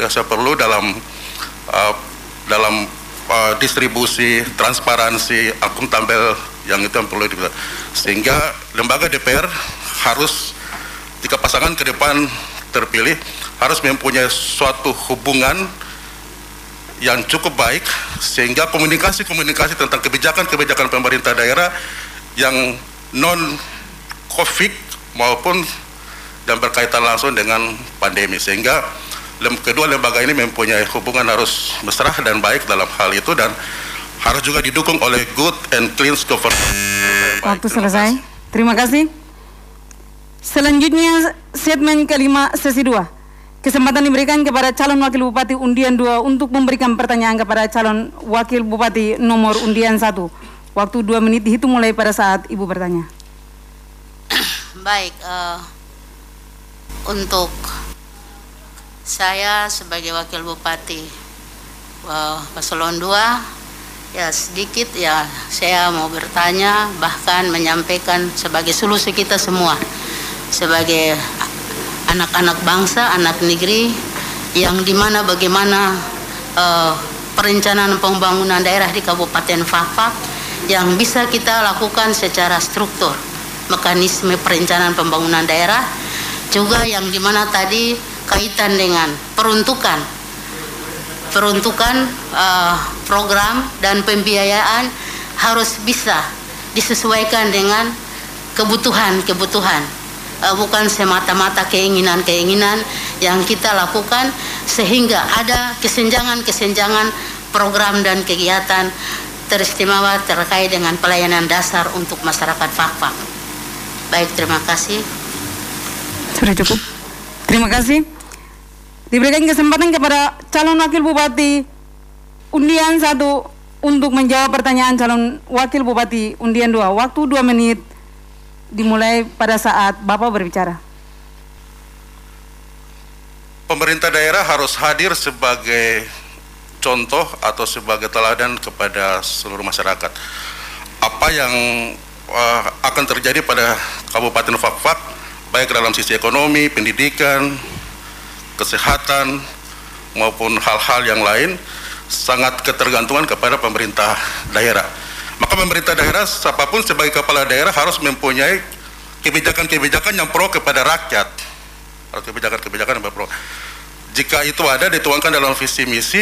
S6: dalam distribusi, transparansi, akuntabel yang itu yang perlu dibuat. Sehingga lembaga DPR harus, jika pasangan ke depan terpilih, harus mempunyai suatu hubungan yang cukup baik, sehingga komunikasi tentang kebijakan-kebijakan pemerintah daerah yang non-COVID maupun yang berkaitan langsung dengan pandemi, sehingga kedua lembaga ini mempunyai hubungan harus mesra dan baik dalam hal itu, dan harus juga didukung oleh good and clean governance.
S4: Waktu selesai. Terima kasih. Selanjutnya segmen kelima sesi 2. Kesempatan diberikan kepada calon wakil bupati undian 2 untuk memberikan pertanyaan kepada calon wakil bupati nomor undian 1. Waktu 2 menit dihitung mulai pada saat Ibu bertanya.
S8: Baik, untuk saya sebagai wakil bupati paslon 2, ya sedikit ya saya mau bertanya, bahkan menyampaikan sebagai solusi kita semua sebagai anak-anak bangsa, anak negeri, yang dimana bagaimana perencanaan pembangunan daerah di Kabupaten Fakfak yang bisa kita lakukan secara struktur, mekanisme perencanaan pembangunan daerah, juga yang dimana tadi kaitan dengan peruntukan program dan pembiayaan harus bisa disesuaikan dengan kebutuhan, bukan semata-mata keinginan yang kita lakukan, sehingga ada kesenjangan program dan kegiatan teristimewa terkait dengan pelayanan dasar untuk masyarakat Fakfak. Baik, terima kasih.
S4: Sudah cukup. Terima kasih. Diberikan kesempatan kepada calon wakil bupati undian 1 untuk menjawab pertanyaan calon wakil bupati undian 2. Waktu 2 menit dimulai pada saat Bapak berbicara.
S6: Pemerintah daerah harus hadir sebagai contoh atau sebagai teladan kepada seluruh masyarakat. Apa yang akan terjadi pada Kabupaten Fakfak, baik dalam sisi ekonomi, pendidikan, kesehatan maupun hal-hal yang lain, sangat ketergantungan kepada pemerintah daerah. Maka pemerintah daerah, siapapun sebagai kepala daerah harus mempunyai kebijakan-kebijakan yang pro kepada rakyat. Kebijakan-kebijakan yang pro. Jika itu ada dituangkan dalam visi misi,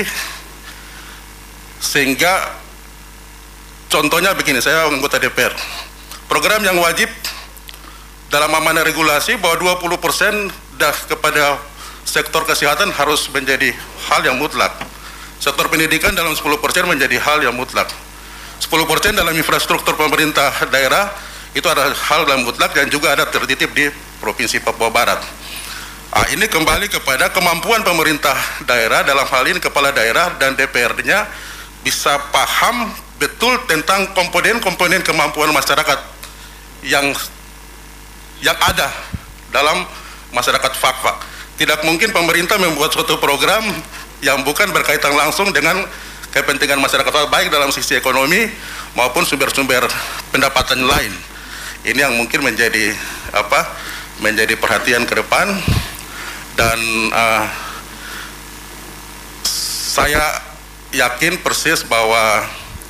S6: sehingga contohnya begini, saya anggota DPR. Program yang wajib dalam amanah regulasi bahwa 20% dah kepada sektor kesehatan harus menjadi hal yang mutlak. Sektor pendidikan dalam 10% menjadi hal yang mutlak. 10% dalam infrastruktur pemerintah daerah itu ada hal yang mutlak, dan juga ada tertitip di Provinsi Papua Barat. Ini kembali kepada kemampuan pemerintah daerah, dalam hal ini kepala daerah dan DPR-nya bisa paham betul tentang komponen-komponen kemampuan masyarakat yang ada dalam masyarakat Fakfak. Tidak mungkin pemerintah membuat suatu program yang bukan berkaitan langsung dengan kepentingan masyarakat, baik dalam sisi ekonomi maupun sumber-sumber pendapatan lain. Ini yang mungkin menjadi perhatian ke depan, dan saya yakin persis bahwa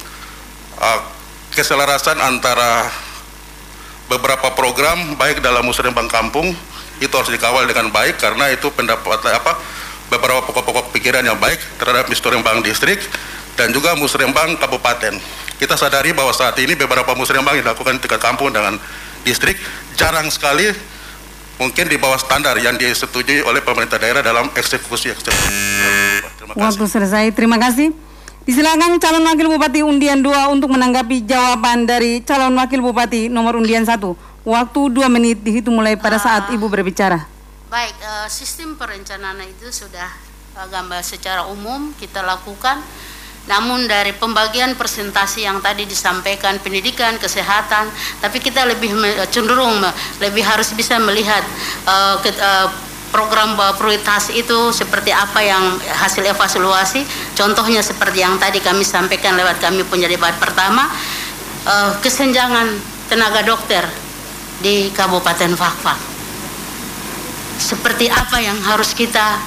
S6: keselarasan antara beberapa program baik dalam musrembang kampung itu harus dikawal dengan baik, karena itu beberapa pokok-pokok pikiran yang baik terhadap musrembang distrik dan juga musrembang kabupaten. Kita sadari bahwa saat ini beberapa musrembang yang dilakukan di tingkat kampung dengan distrik jarang sekali mungkin di bawah standar yang disetujui oleh pemerintah daerah dalam eksekusi. Terima kasih.
S4: Waktu selesai. Terima kasih. Disilakan calon wakil bupati undian 2 untuk menanggapi jawaban dari calon wakil bupati nomor undian 1. Waktu 2 menit dihitung mulai pada saat Ibu berbicara.
S8: Baik, sistem perencanaan itu sudah gambar secara umum kita lakukan. Namun dari pembagian presentasi yang tadi disampaikan pendidikan, kesehatan, tapi kita lebih cenderung lebih harus bisa melihat program prioritas itu seperti apa yang hasil evaluasi. Contohnya seperti yang tadi kami sampaikan lewat kami punya debat pertama, kesenjangan tenaga dokter di Kabupaten Fakfak. Seperti apa yang harus kita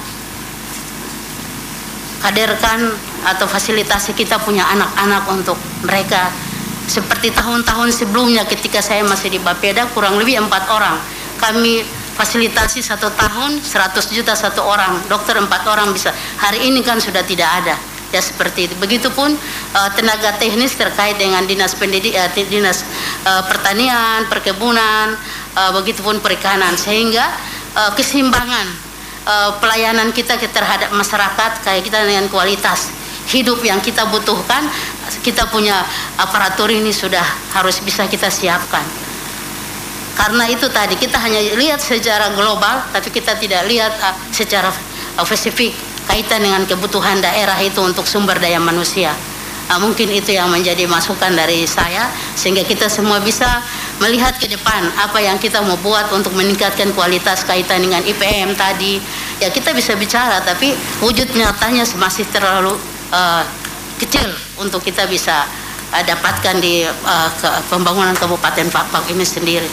S8: hadirkan atau fasilitasi kita punya anak-anak untuk mereka. Seperti tahun-tahun sebelumnya ketika saya masih di Bapeda, kurang lebih 4 orang kami fasilitasi 1 tahun 100 juta 1 orang, dokter 4 orang bisa. Hari ini kan sudah tidak ada ya, seperti itu. Begitupun tenaga teknis terkait dengan dinas pendidikan, dinas pertanian, perkebunan, begitupun perikanan, sehingga keseimbangan pelayanan kita terhadap masyarakat kayak kita dengan kualitas hidup yang kita butuhkan, kita punya aparatur ini sudah harus bisa kita siapkan. Karena itu tadi kita hanya lihat secara global, tapi kita tidak lihat secara spesifik kaitan dengan kebutuhan daerah itu untuk sumber daya manusia. Mungkin itu yang menjadi masukan dari saya, sehingga kita semua bisa melihat ke depan apa yang kita mau buat untuk meningkatkan kualitas kaitan dengan IPM tadi. Ya kita bisa bicara, tapi wujud nyatanya masih terlalu kecil untuk kita bisa dapatkan di pembangunan Kabupaten Fakfak ini sendiri.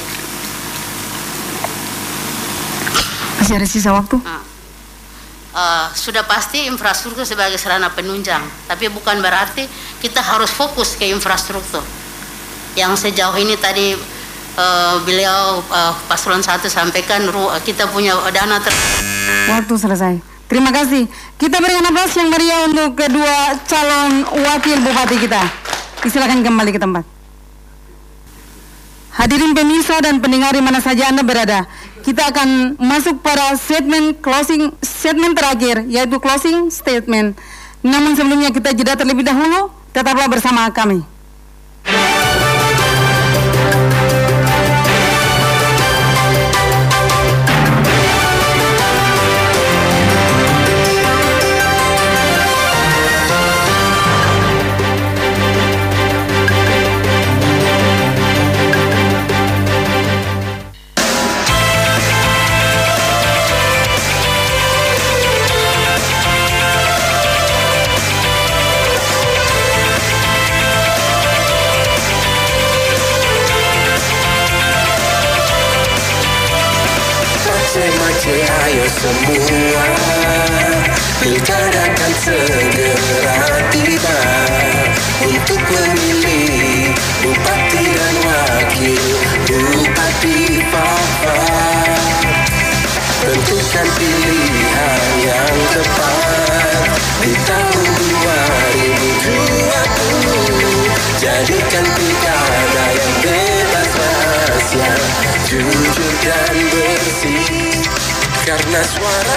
S4: Masih ada sisa waktu?
S8: Sudah pasti infrastruktur sebagai sarana penunjang, tapi bukan berarti kita harus fokus ke infrastruktur. Yang sejauh ini tadi beliau paslon 1 sampaikan kita punya dana
S4: Waktu selesai. Terima kasih. Kita berikan aplaus yang meriah untuk kedua calon wakil bupati kita. Silakan kembali ke tempat. Hadirin pemirsa dan pendengar di mana saja Anda berada, kita akan masuk pada segmen terakhir, yaitu closing statement. Namun sebelumnya kita jeda terlebih dahulu, tetaplah bersama kami.
S10: Ayo semua, pilkada kan segera tiba untuk memilih bupati dan wakil bupati Fakfak. Tentukan pilihan yang tepat di tahun 2020. Jadikan pilkada yang bebas rahasia, jujur dan bersih. Karena suara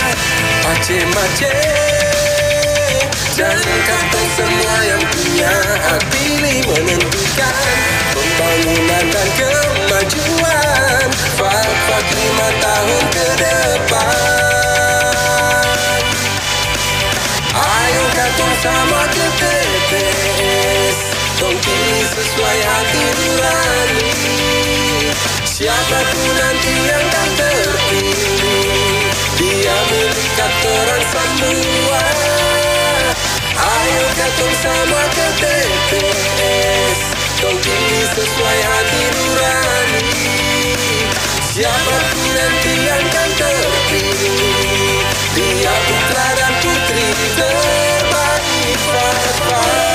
S10: Aceh-Aceh dan kata semua yang punya hak pilih menentukan pembangunan dan kemajuan Fakfak 5 tahun ke depan. Ayo katong sama ke TPS, tong pilih sesuai hati nurani. Siapapun nanti yang tak terpilih, dia milik katorang semua. Ayo katong sama ke TPS, tong pilih sesuai hati nurani. Siapapun nanti yang tak terpilih, dia putra dan putri terbaik Fakfak.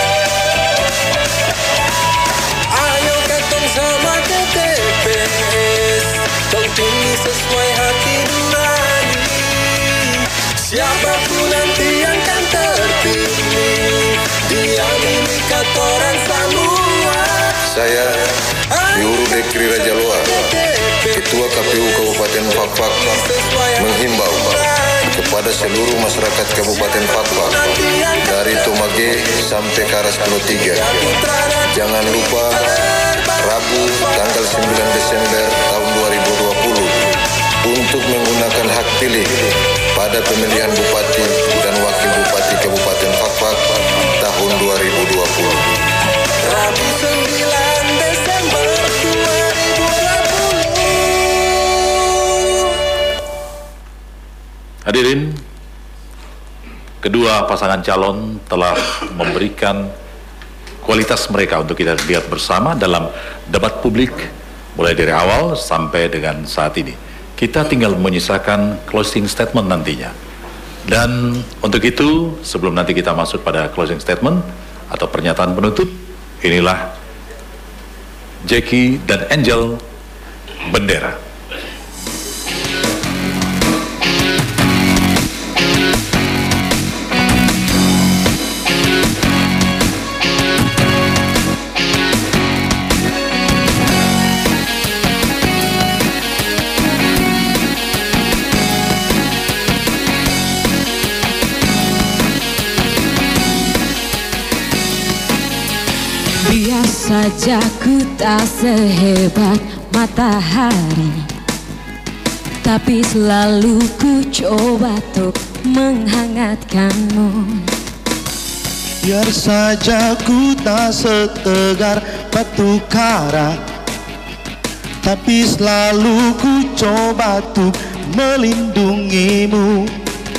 S10: Ayo katong sama ke TPS, sesuai hati nurani. Siapapun nanti yang akan terpilih, dia milik orang semua.
S3: Saya Yuru Dekri Raja Loa, Ketua KPU Kabupaten Fakfak, menghimbau kepada seluruh masyarakat Kabupaten Fakfak dari Tomage sampai Karas Kilo 3. Jangan lupa Rabu tanggal 9 Desember tahun 2020 untuk menggunakan hak pilih pada pemilihan Bupati dan Wakil Bupati Kabupaten Fakfak tahun 2020.
S10: Rabu 9 Desember 2020.
S1: Hadirin, kedua pasangan calon telah memberikan kualitas mereka untuk kita lihat bersama dalam debat publik mulai dari awal sampai dengan saat ini. Kita tinggal menyisakan closing statement nantinya. Dan untuk itu, sebelum nanti kita masuk pada closing statement atau pernyataan penutup, inilah Jackie dan Angel Bendera.
S11: Biasa saja ku tak sehebat matahari, tapi selalu ku coba untuk menghangatkanmu.
S12: Biar saja ku tak setegar batu kara, tapi selalu ku coba untuk melindungimu.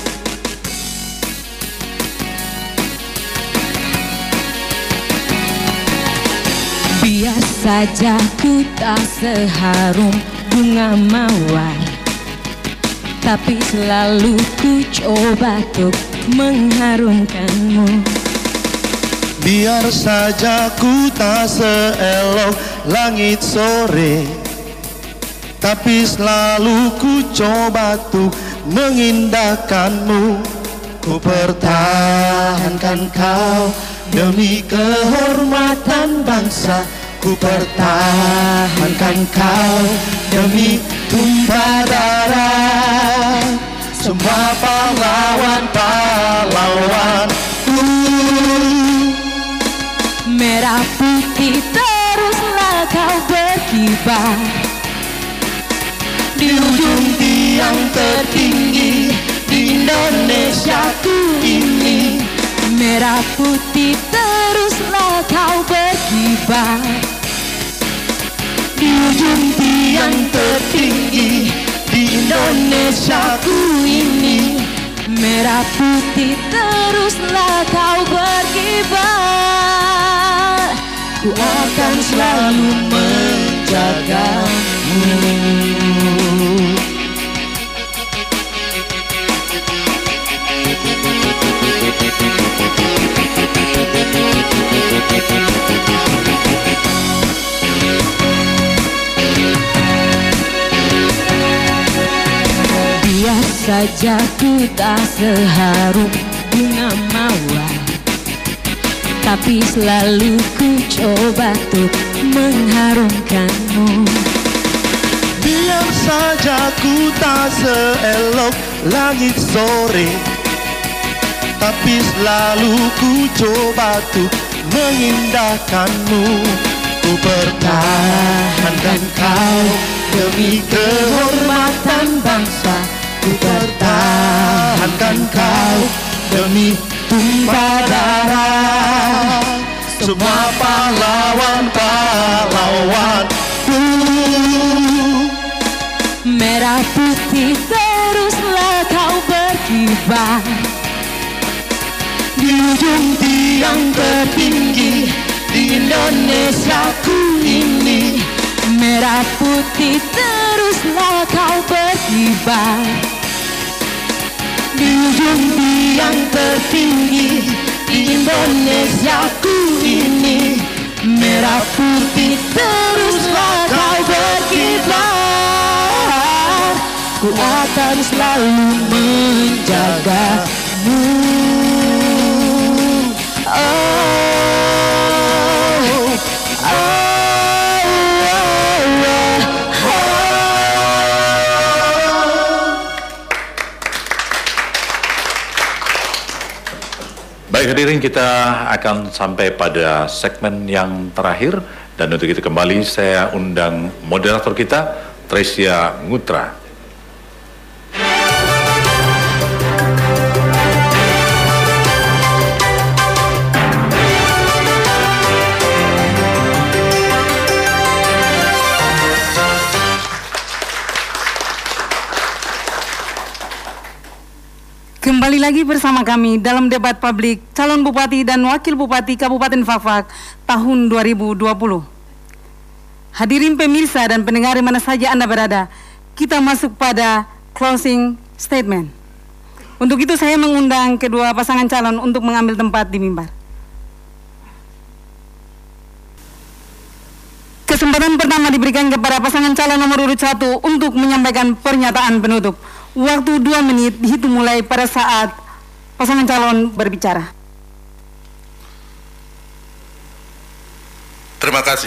S11: Biar saja ku tak seharum bunga mawar, tapi selalu ku coba untuk mengharumkanmu.
S12: Biar saja ku tak seelok langit sore, tapi selalu ku coba untuk mengindahkanmu. Ku pertahankan kau demi kehormatan bangsa. Ku pertahankan kau demi tumpah darah semua pahlawan-pahlawanku.
S11: Merah putih teruslah kau berkibar
S12: di ujung tiang tertinggi di Indonesiaku ini.
S11: Merah putih teruslah kau berkibar
S12: di ujung tiang tertinggi di Indonesiaku ini.
S11: Merah putih teruslah kau berkibar,
S12: ku akan selalu menjagamu.
S11: Biar saja ku tak seharum bunga mawar, tapi selalu ku coba untuk mengharumkanmu.
S12: Biar saja ku tak seelok langit sore, tapi selalu ku coba untuk mengindahkanmu. Ku pertahankan kau demi kehormatan bangsa. Ku pertahankan kau demi tumpah darah semua pahlawan-pahlawanku.
S11: Merah putih teruslah kau berkibar
S12: di ujung tiang tertinggi di Indonesiaku ini.
S11: Merah putih teruslah kau berkibar
S12: di ujung tiang tertinggi di Indonesiaku ini.
S11: Merah putih teruslah kau berkibar Aku akan selalu menjagamu.
S1: Baik hadirin, kita akan sampai pada segmen yang terakhir, dan untuk itu kembali saya undang moderator kita, Tresia Ngutra.
S4: Kembali lagi bersama kami dalam debat publik calon bupati dan wakil bupati Kabupaten Fakfak tahun 2020. Hadirin pemirsa dan pendengar di mana saja Anda berada, kita masuk pada closing statement. Untuk itu saya mengundang kedua pasangan calon untuk mengambil tempat di mimbar. Kesempatan pertama diberikan kepada pasangan calon nomor urut 1 untuk menyampaikan pernyataan penutup. Waktu 2 menit dihitung mulai pada saat pasangan calon berbicara.
S6: Terima kasih.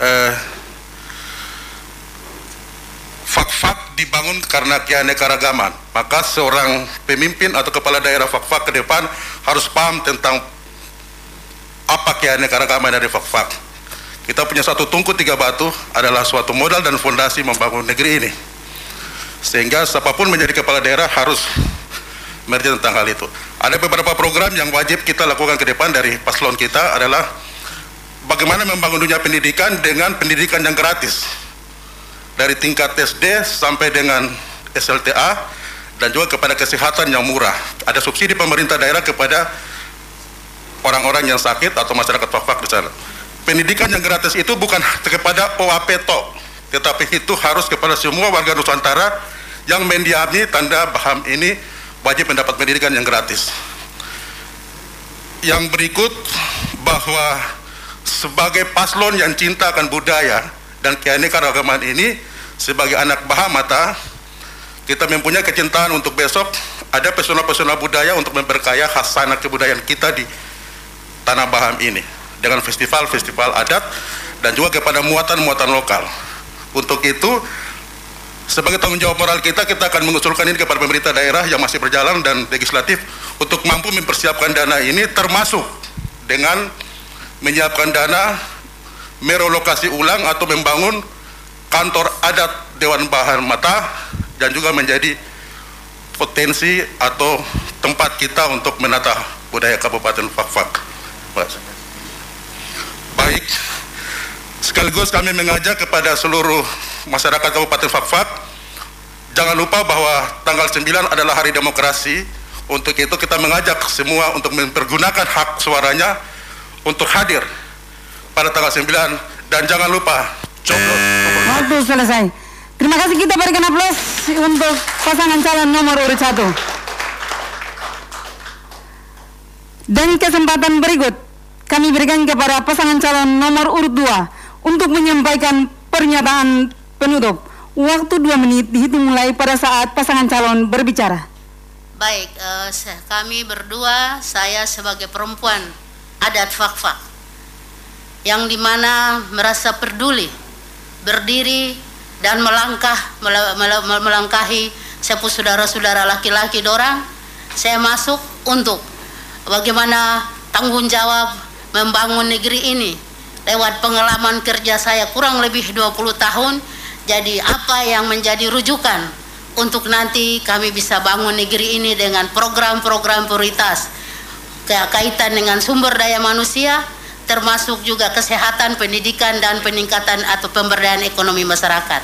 S6: Fakfak dibangun karena keanekaragaman. Maka seorang pemimpin atau kepala daerah Fakfak ke depan harus paham tentang apa keanekaragaman dari Fakfak. Kita punya satu tungku 3 batu adalah suatu modal dan fondasi membangun negeri ini. Sehingga siapapun menjadi kepala daerah harus mengerti tentang hal itu. Ada beberapa program yang wajib kita lakukan ke depan dari paslon kita adalah bagaimana membangun dunia pendidikan dengan pendidikan yang gratis. Dari tingkat SD sampai dengan SLTA dan juga kepada kesehatan yang murah. Ada subsidi pemerintah daerah kepada orang-orang yang sakit atau masyarakat Fakfak di sana. Pendidikan yang gratis itu bukan kepada OAP tok, tetapi itu harus kepada semua warga Nusantara yang mendiami tanda baham ini wajib mendapat pendidikan yang gratis. Yang berikut, bahwa sebagai paslon yang cinta akan budaya dan keanekaragaman ini, sebagai anak Baham Mata, kita mempunyai kecintaan untuk besok ada pesona-pesona budaya untuk memperkaya khasanah kebudayaan kita di tanah Baham ini dengan festival-festival adat dan juga kepada muatan-muatan lokal. Untuk itu, sebagai tanggung jawab moral kita akan mengusulkan ini kepada pemerintah daerah yang masih berjalan dan legislatif untuk mampu mempersiapkan dana ini, termasuk dengan menyiapkan dana merelokasi ulang atau membangun kantor adat Dewan Baham Mata dan juga menjadi potensi atau tempat kita untuk menata budaya Kabupaten Fakfak. Baik, sekaligus kami mengajak kepada seluruh masyarakat Kabupaten Fakfak, jangan lupa bahwa tanggal 9 adalah hari demokrasi. Untuk itu kita mengajak semua untuk mempergunakan hak suaranya untuk hadir pada tanggal 9 dan jangan lupa coblos.
S4: Waktu selesai. Terima kasih, kita berikan aplaus untuk pasangan calon nomor urut 1. Dan kesempatan berikut kami berikan kepada pasangan calon nomor urut 2 untuk menyampaikan pernyataan penutup. Waktu 2 menit dihitung mulai pada saat pasangan calon berbicara.
S8: Baik, kami berdua, saya sebagai perempuan adat Fakfak yang dimana merasa peduli, berdiri dan melangkahi sepupu saudara-saudara laki-laki dorang. Saya masuk untuk bagaimana tanggung jawab membangun negeri ini lewat pengalaman kerja saya kurang lebih 20 tahun. Jadi apa yang menjadi rujukan untuk nanti kami bisa bangun negeri ini dengan program-program prioritas kaitan dengan sumber daya manusia, termasuk juga kesehatan, pendidikan, dan peningkatan atau pemberdayaan ekonomi masyarakat.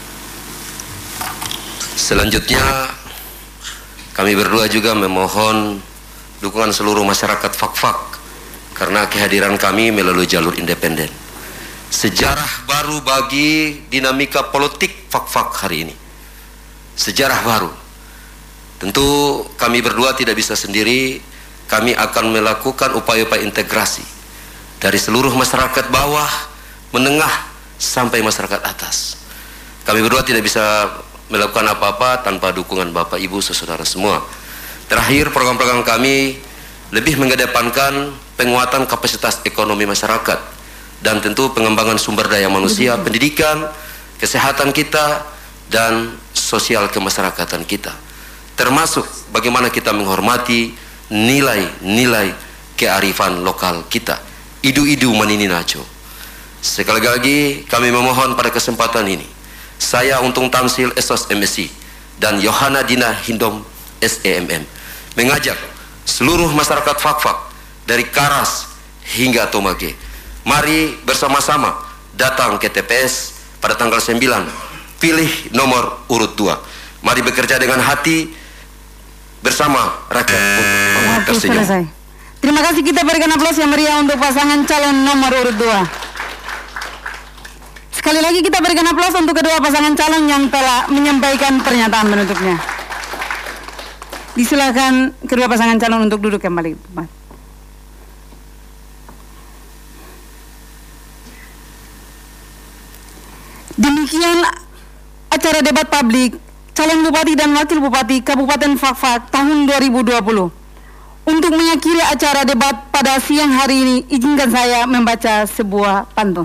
S7: Selanjutnya kami berdua juga memohon dukungan seluruh masyarakat Fakfak karena kehadiran kami melalui jalur independen. Sejarah baru bagi dinamika politik Fakfak hari ini. Sejarah baru. Tentu kami berdua tidak bisa sendiri. Kami akan melakukan upaya-upaya integrasi dari seluruh masyarakat bawah, menengah, sampai masyarakat atas. Kami berdua tidak bisa melakukan apa-apa tanpa dukungan Bapak Ibu saudara semua. Terakhir, program-program kami lebih mengedepankan penguatan kapasitas ekonomi masyarakat dan tentu pengembangan sumber daya manusia, pendidikan, kesehatan kita, dan sosial kemasyarakatan kita. Termasuk bagaimana kita menghormati nilai-nilai kearifan lokal kita. Idu-idu manini naco. Sekali lagi kami memohon pada kesempatan ini, saya Untung Tamsil Esos MSc dan Yohana Dina Hindom SEMM mengajak seluruh masyarakat Fakfak dari Karas hingga Tomage, mari bersama-sama datang ke TPS pada tanggal 9, pilih nomor urut 2. Mari bekerja dengan hati bersama rakyat untuk tersenyum.
S4: Selesai. Terima kasih, kita berikan aplaus yang meriah untuk pasangan calon nomor urut 2. Sekali lagi kita berikan aplaus untuk kedua pasangan calon yang telah menyampaikan pernyataan penutupnya. Disilakan kedua pasangan calon untuk duduk kembali. Demikian acara debat publik calon bupati dan wakil bupati Kabupaten Fakfak tahun 2020. Untuk mengakhiri acara debat pada siang hari ini, izinkan saya membaca sebuah pantun.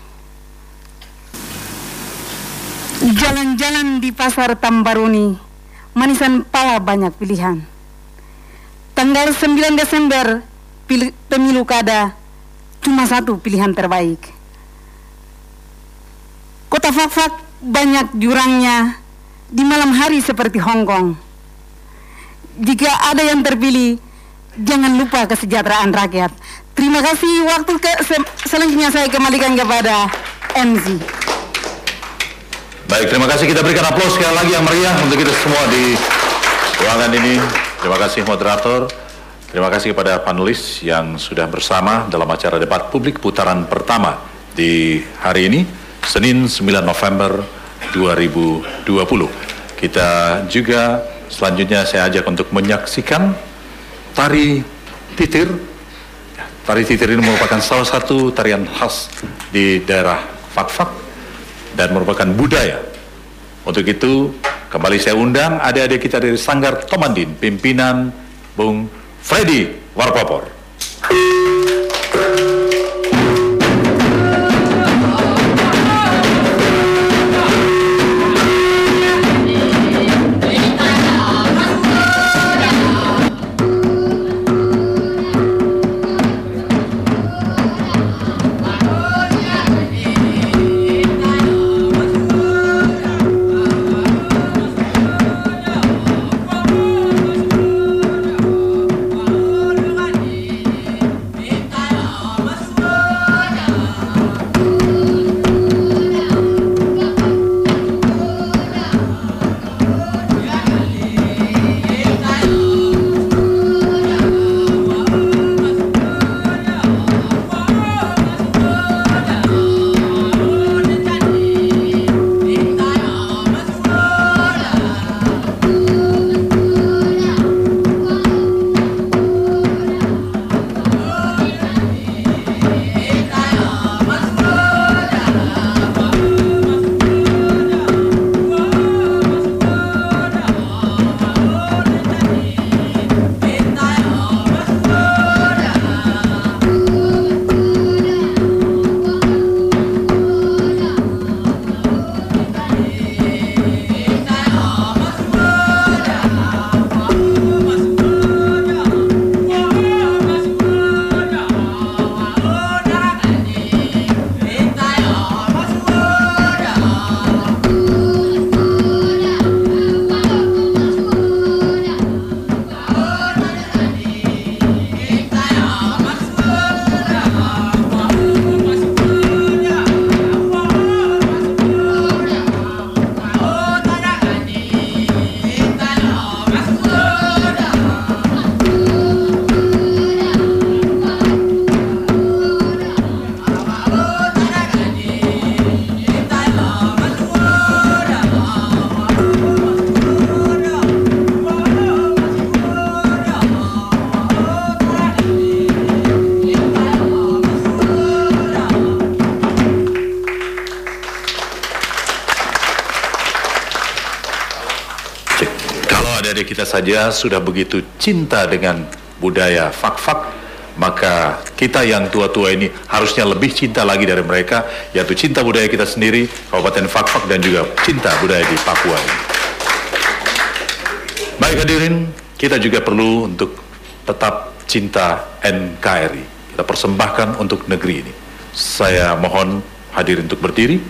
S4: Jalan-jalan di pasar Tambaruni, manisan pala banyak pilihan. Tanggal 9 Desember, pemilu kada, cuma satu pilihan terbaik. Kota Fakfak banyak jurangnya, di malam hari seperti Hongkong. Jika ada yang terpilih, jangan lupa kesejahteraan rakyat. Terima kasih. Waktu selanjutnya saya kembalikan kepada MC.
S1: Baik, terima kasih. Kita berikan aplaus sekali lagi yang meriah untuk kita semua di ruangan ini. Terima kasih moderator. Terima kasih kepada panelis yang sudah bersama dalam acara debat publik putaran pertama di hari ini, Senin 9 November 2020. Kita juga selanjutnya saya ajak untuk menyaksikan tari titir. Tari titir ini merupakan salah satu tarian khas di daerah Fakfak dan merupakan budaya. Untuk itu, kembali saya undang adik-adik kita dari Sanggar Tomandin, pimpinan Bung Freddy Warpopor. Kalau adik-adik kita saja sudah begitu cinta dengan budaya Fak-Fak, maka kita yang tua-tua ini harusnya lebih cinta lagi dari mereka, yaitu cinta budaya kita sendiri, Kabupaten Fak-Fak, dan juga cinta budaya di Papua ini. Baik hadirin, kita juga perlu untuk tetap cinta NKRI. Kita persembahkan untuk negeri ini. Saya mohon hadirin untuk berdiri.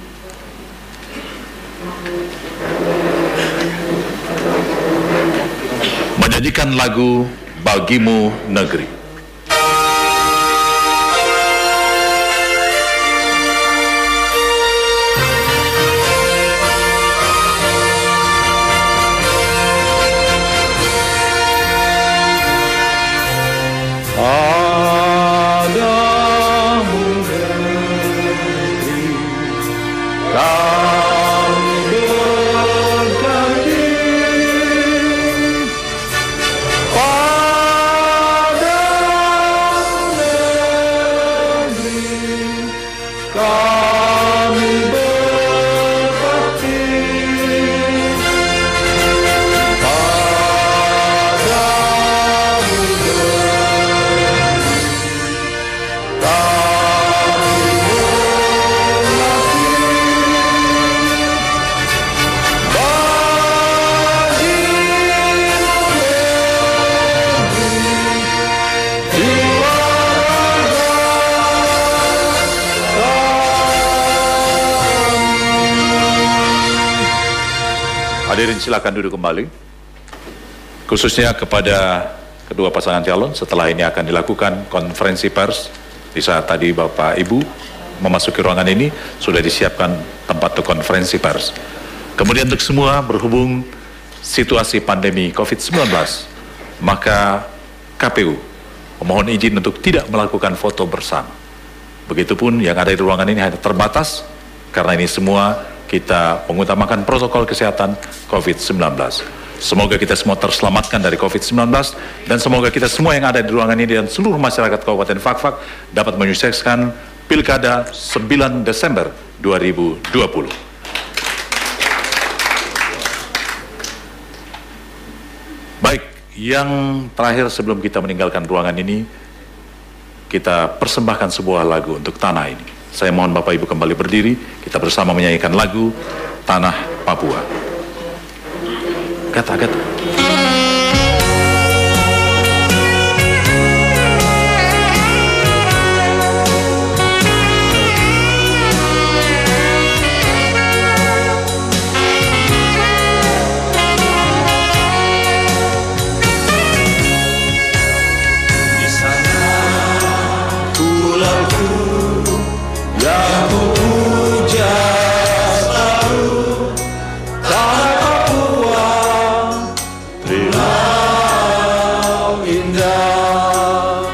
S1: Menyanyikan lagu Bagimu Negeri. Hadirin silakan duduk kembali. Khususnya kepada kedua pasangan calon, setelah ini akan dilakukan konferensi pers. Di saat tadi Bapak Ibu memasuki ruangan ini, sudah disiapkan tempat untuk konferensi pers. Kemudian untuk semua, berhubung situasi pandemi COVID-19, maka KPU memohon izin untuk tidak melakukan foto bersama. Begitupun yang ada di ruangan ini hanya terbatas, karena ini semua kita mengutamakan protokol kesehatan COVID-19. Semoga kita semua terselamatkan dari COVID-19, dan semoga kita semua yang ada di ruangan ini dan seluruh masyarakat Kabupaten Fak-Fak dapat menyukseskan Pilkada 9 Desember 2020. Baik, yang terakhir sebelum kita meninggalkan ruangan ini, kita persembahkan sebuah lagu untuk tanah ini. Saya mohon Bapak Ibu kembali berdiri, kita bersama menyanyikan lagu Tanah Papua. Gata-gata.
S10: Di sana pulauku yang kupuja selalu, tanah Papua, pulau indah.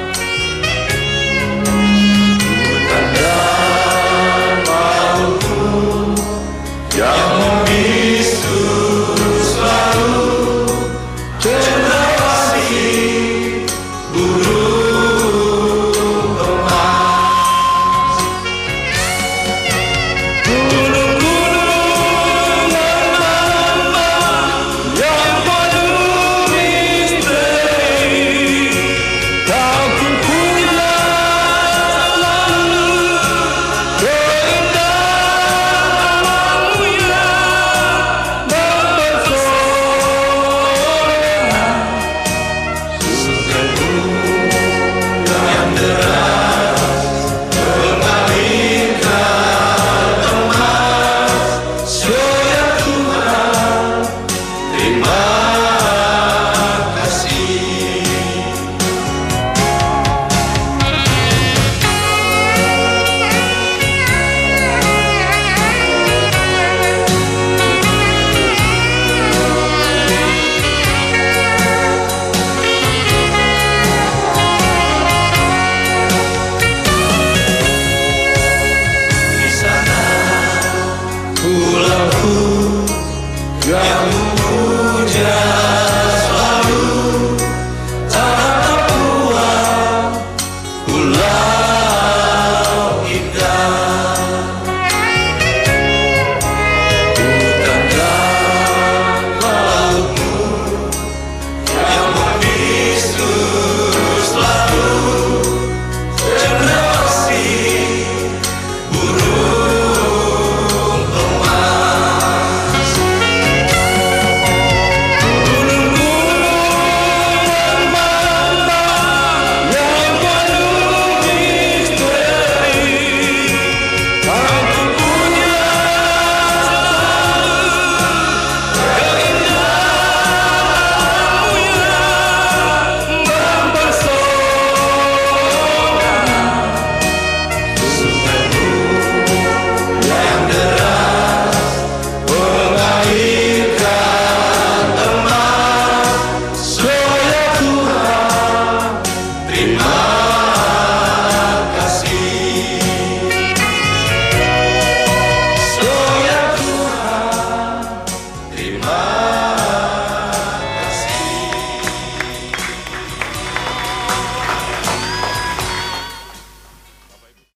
S10: Tanda mauku yang membisu selalu, cendrawasih burung emas. Gunung-gunung lembah yang penuh misteri, kau punya selalu keindahan alamnya mempesona. Susumu yang deras bermainkan emas. Ya Tuhan, terima kasih. Di sana pulauku yang memuja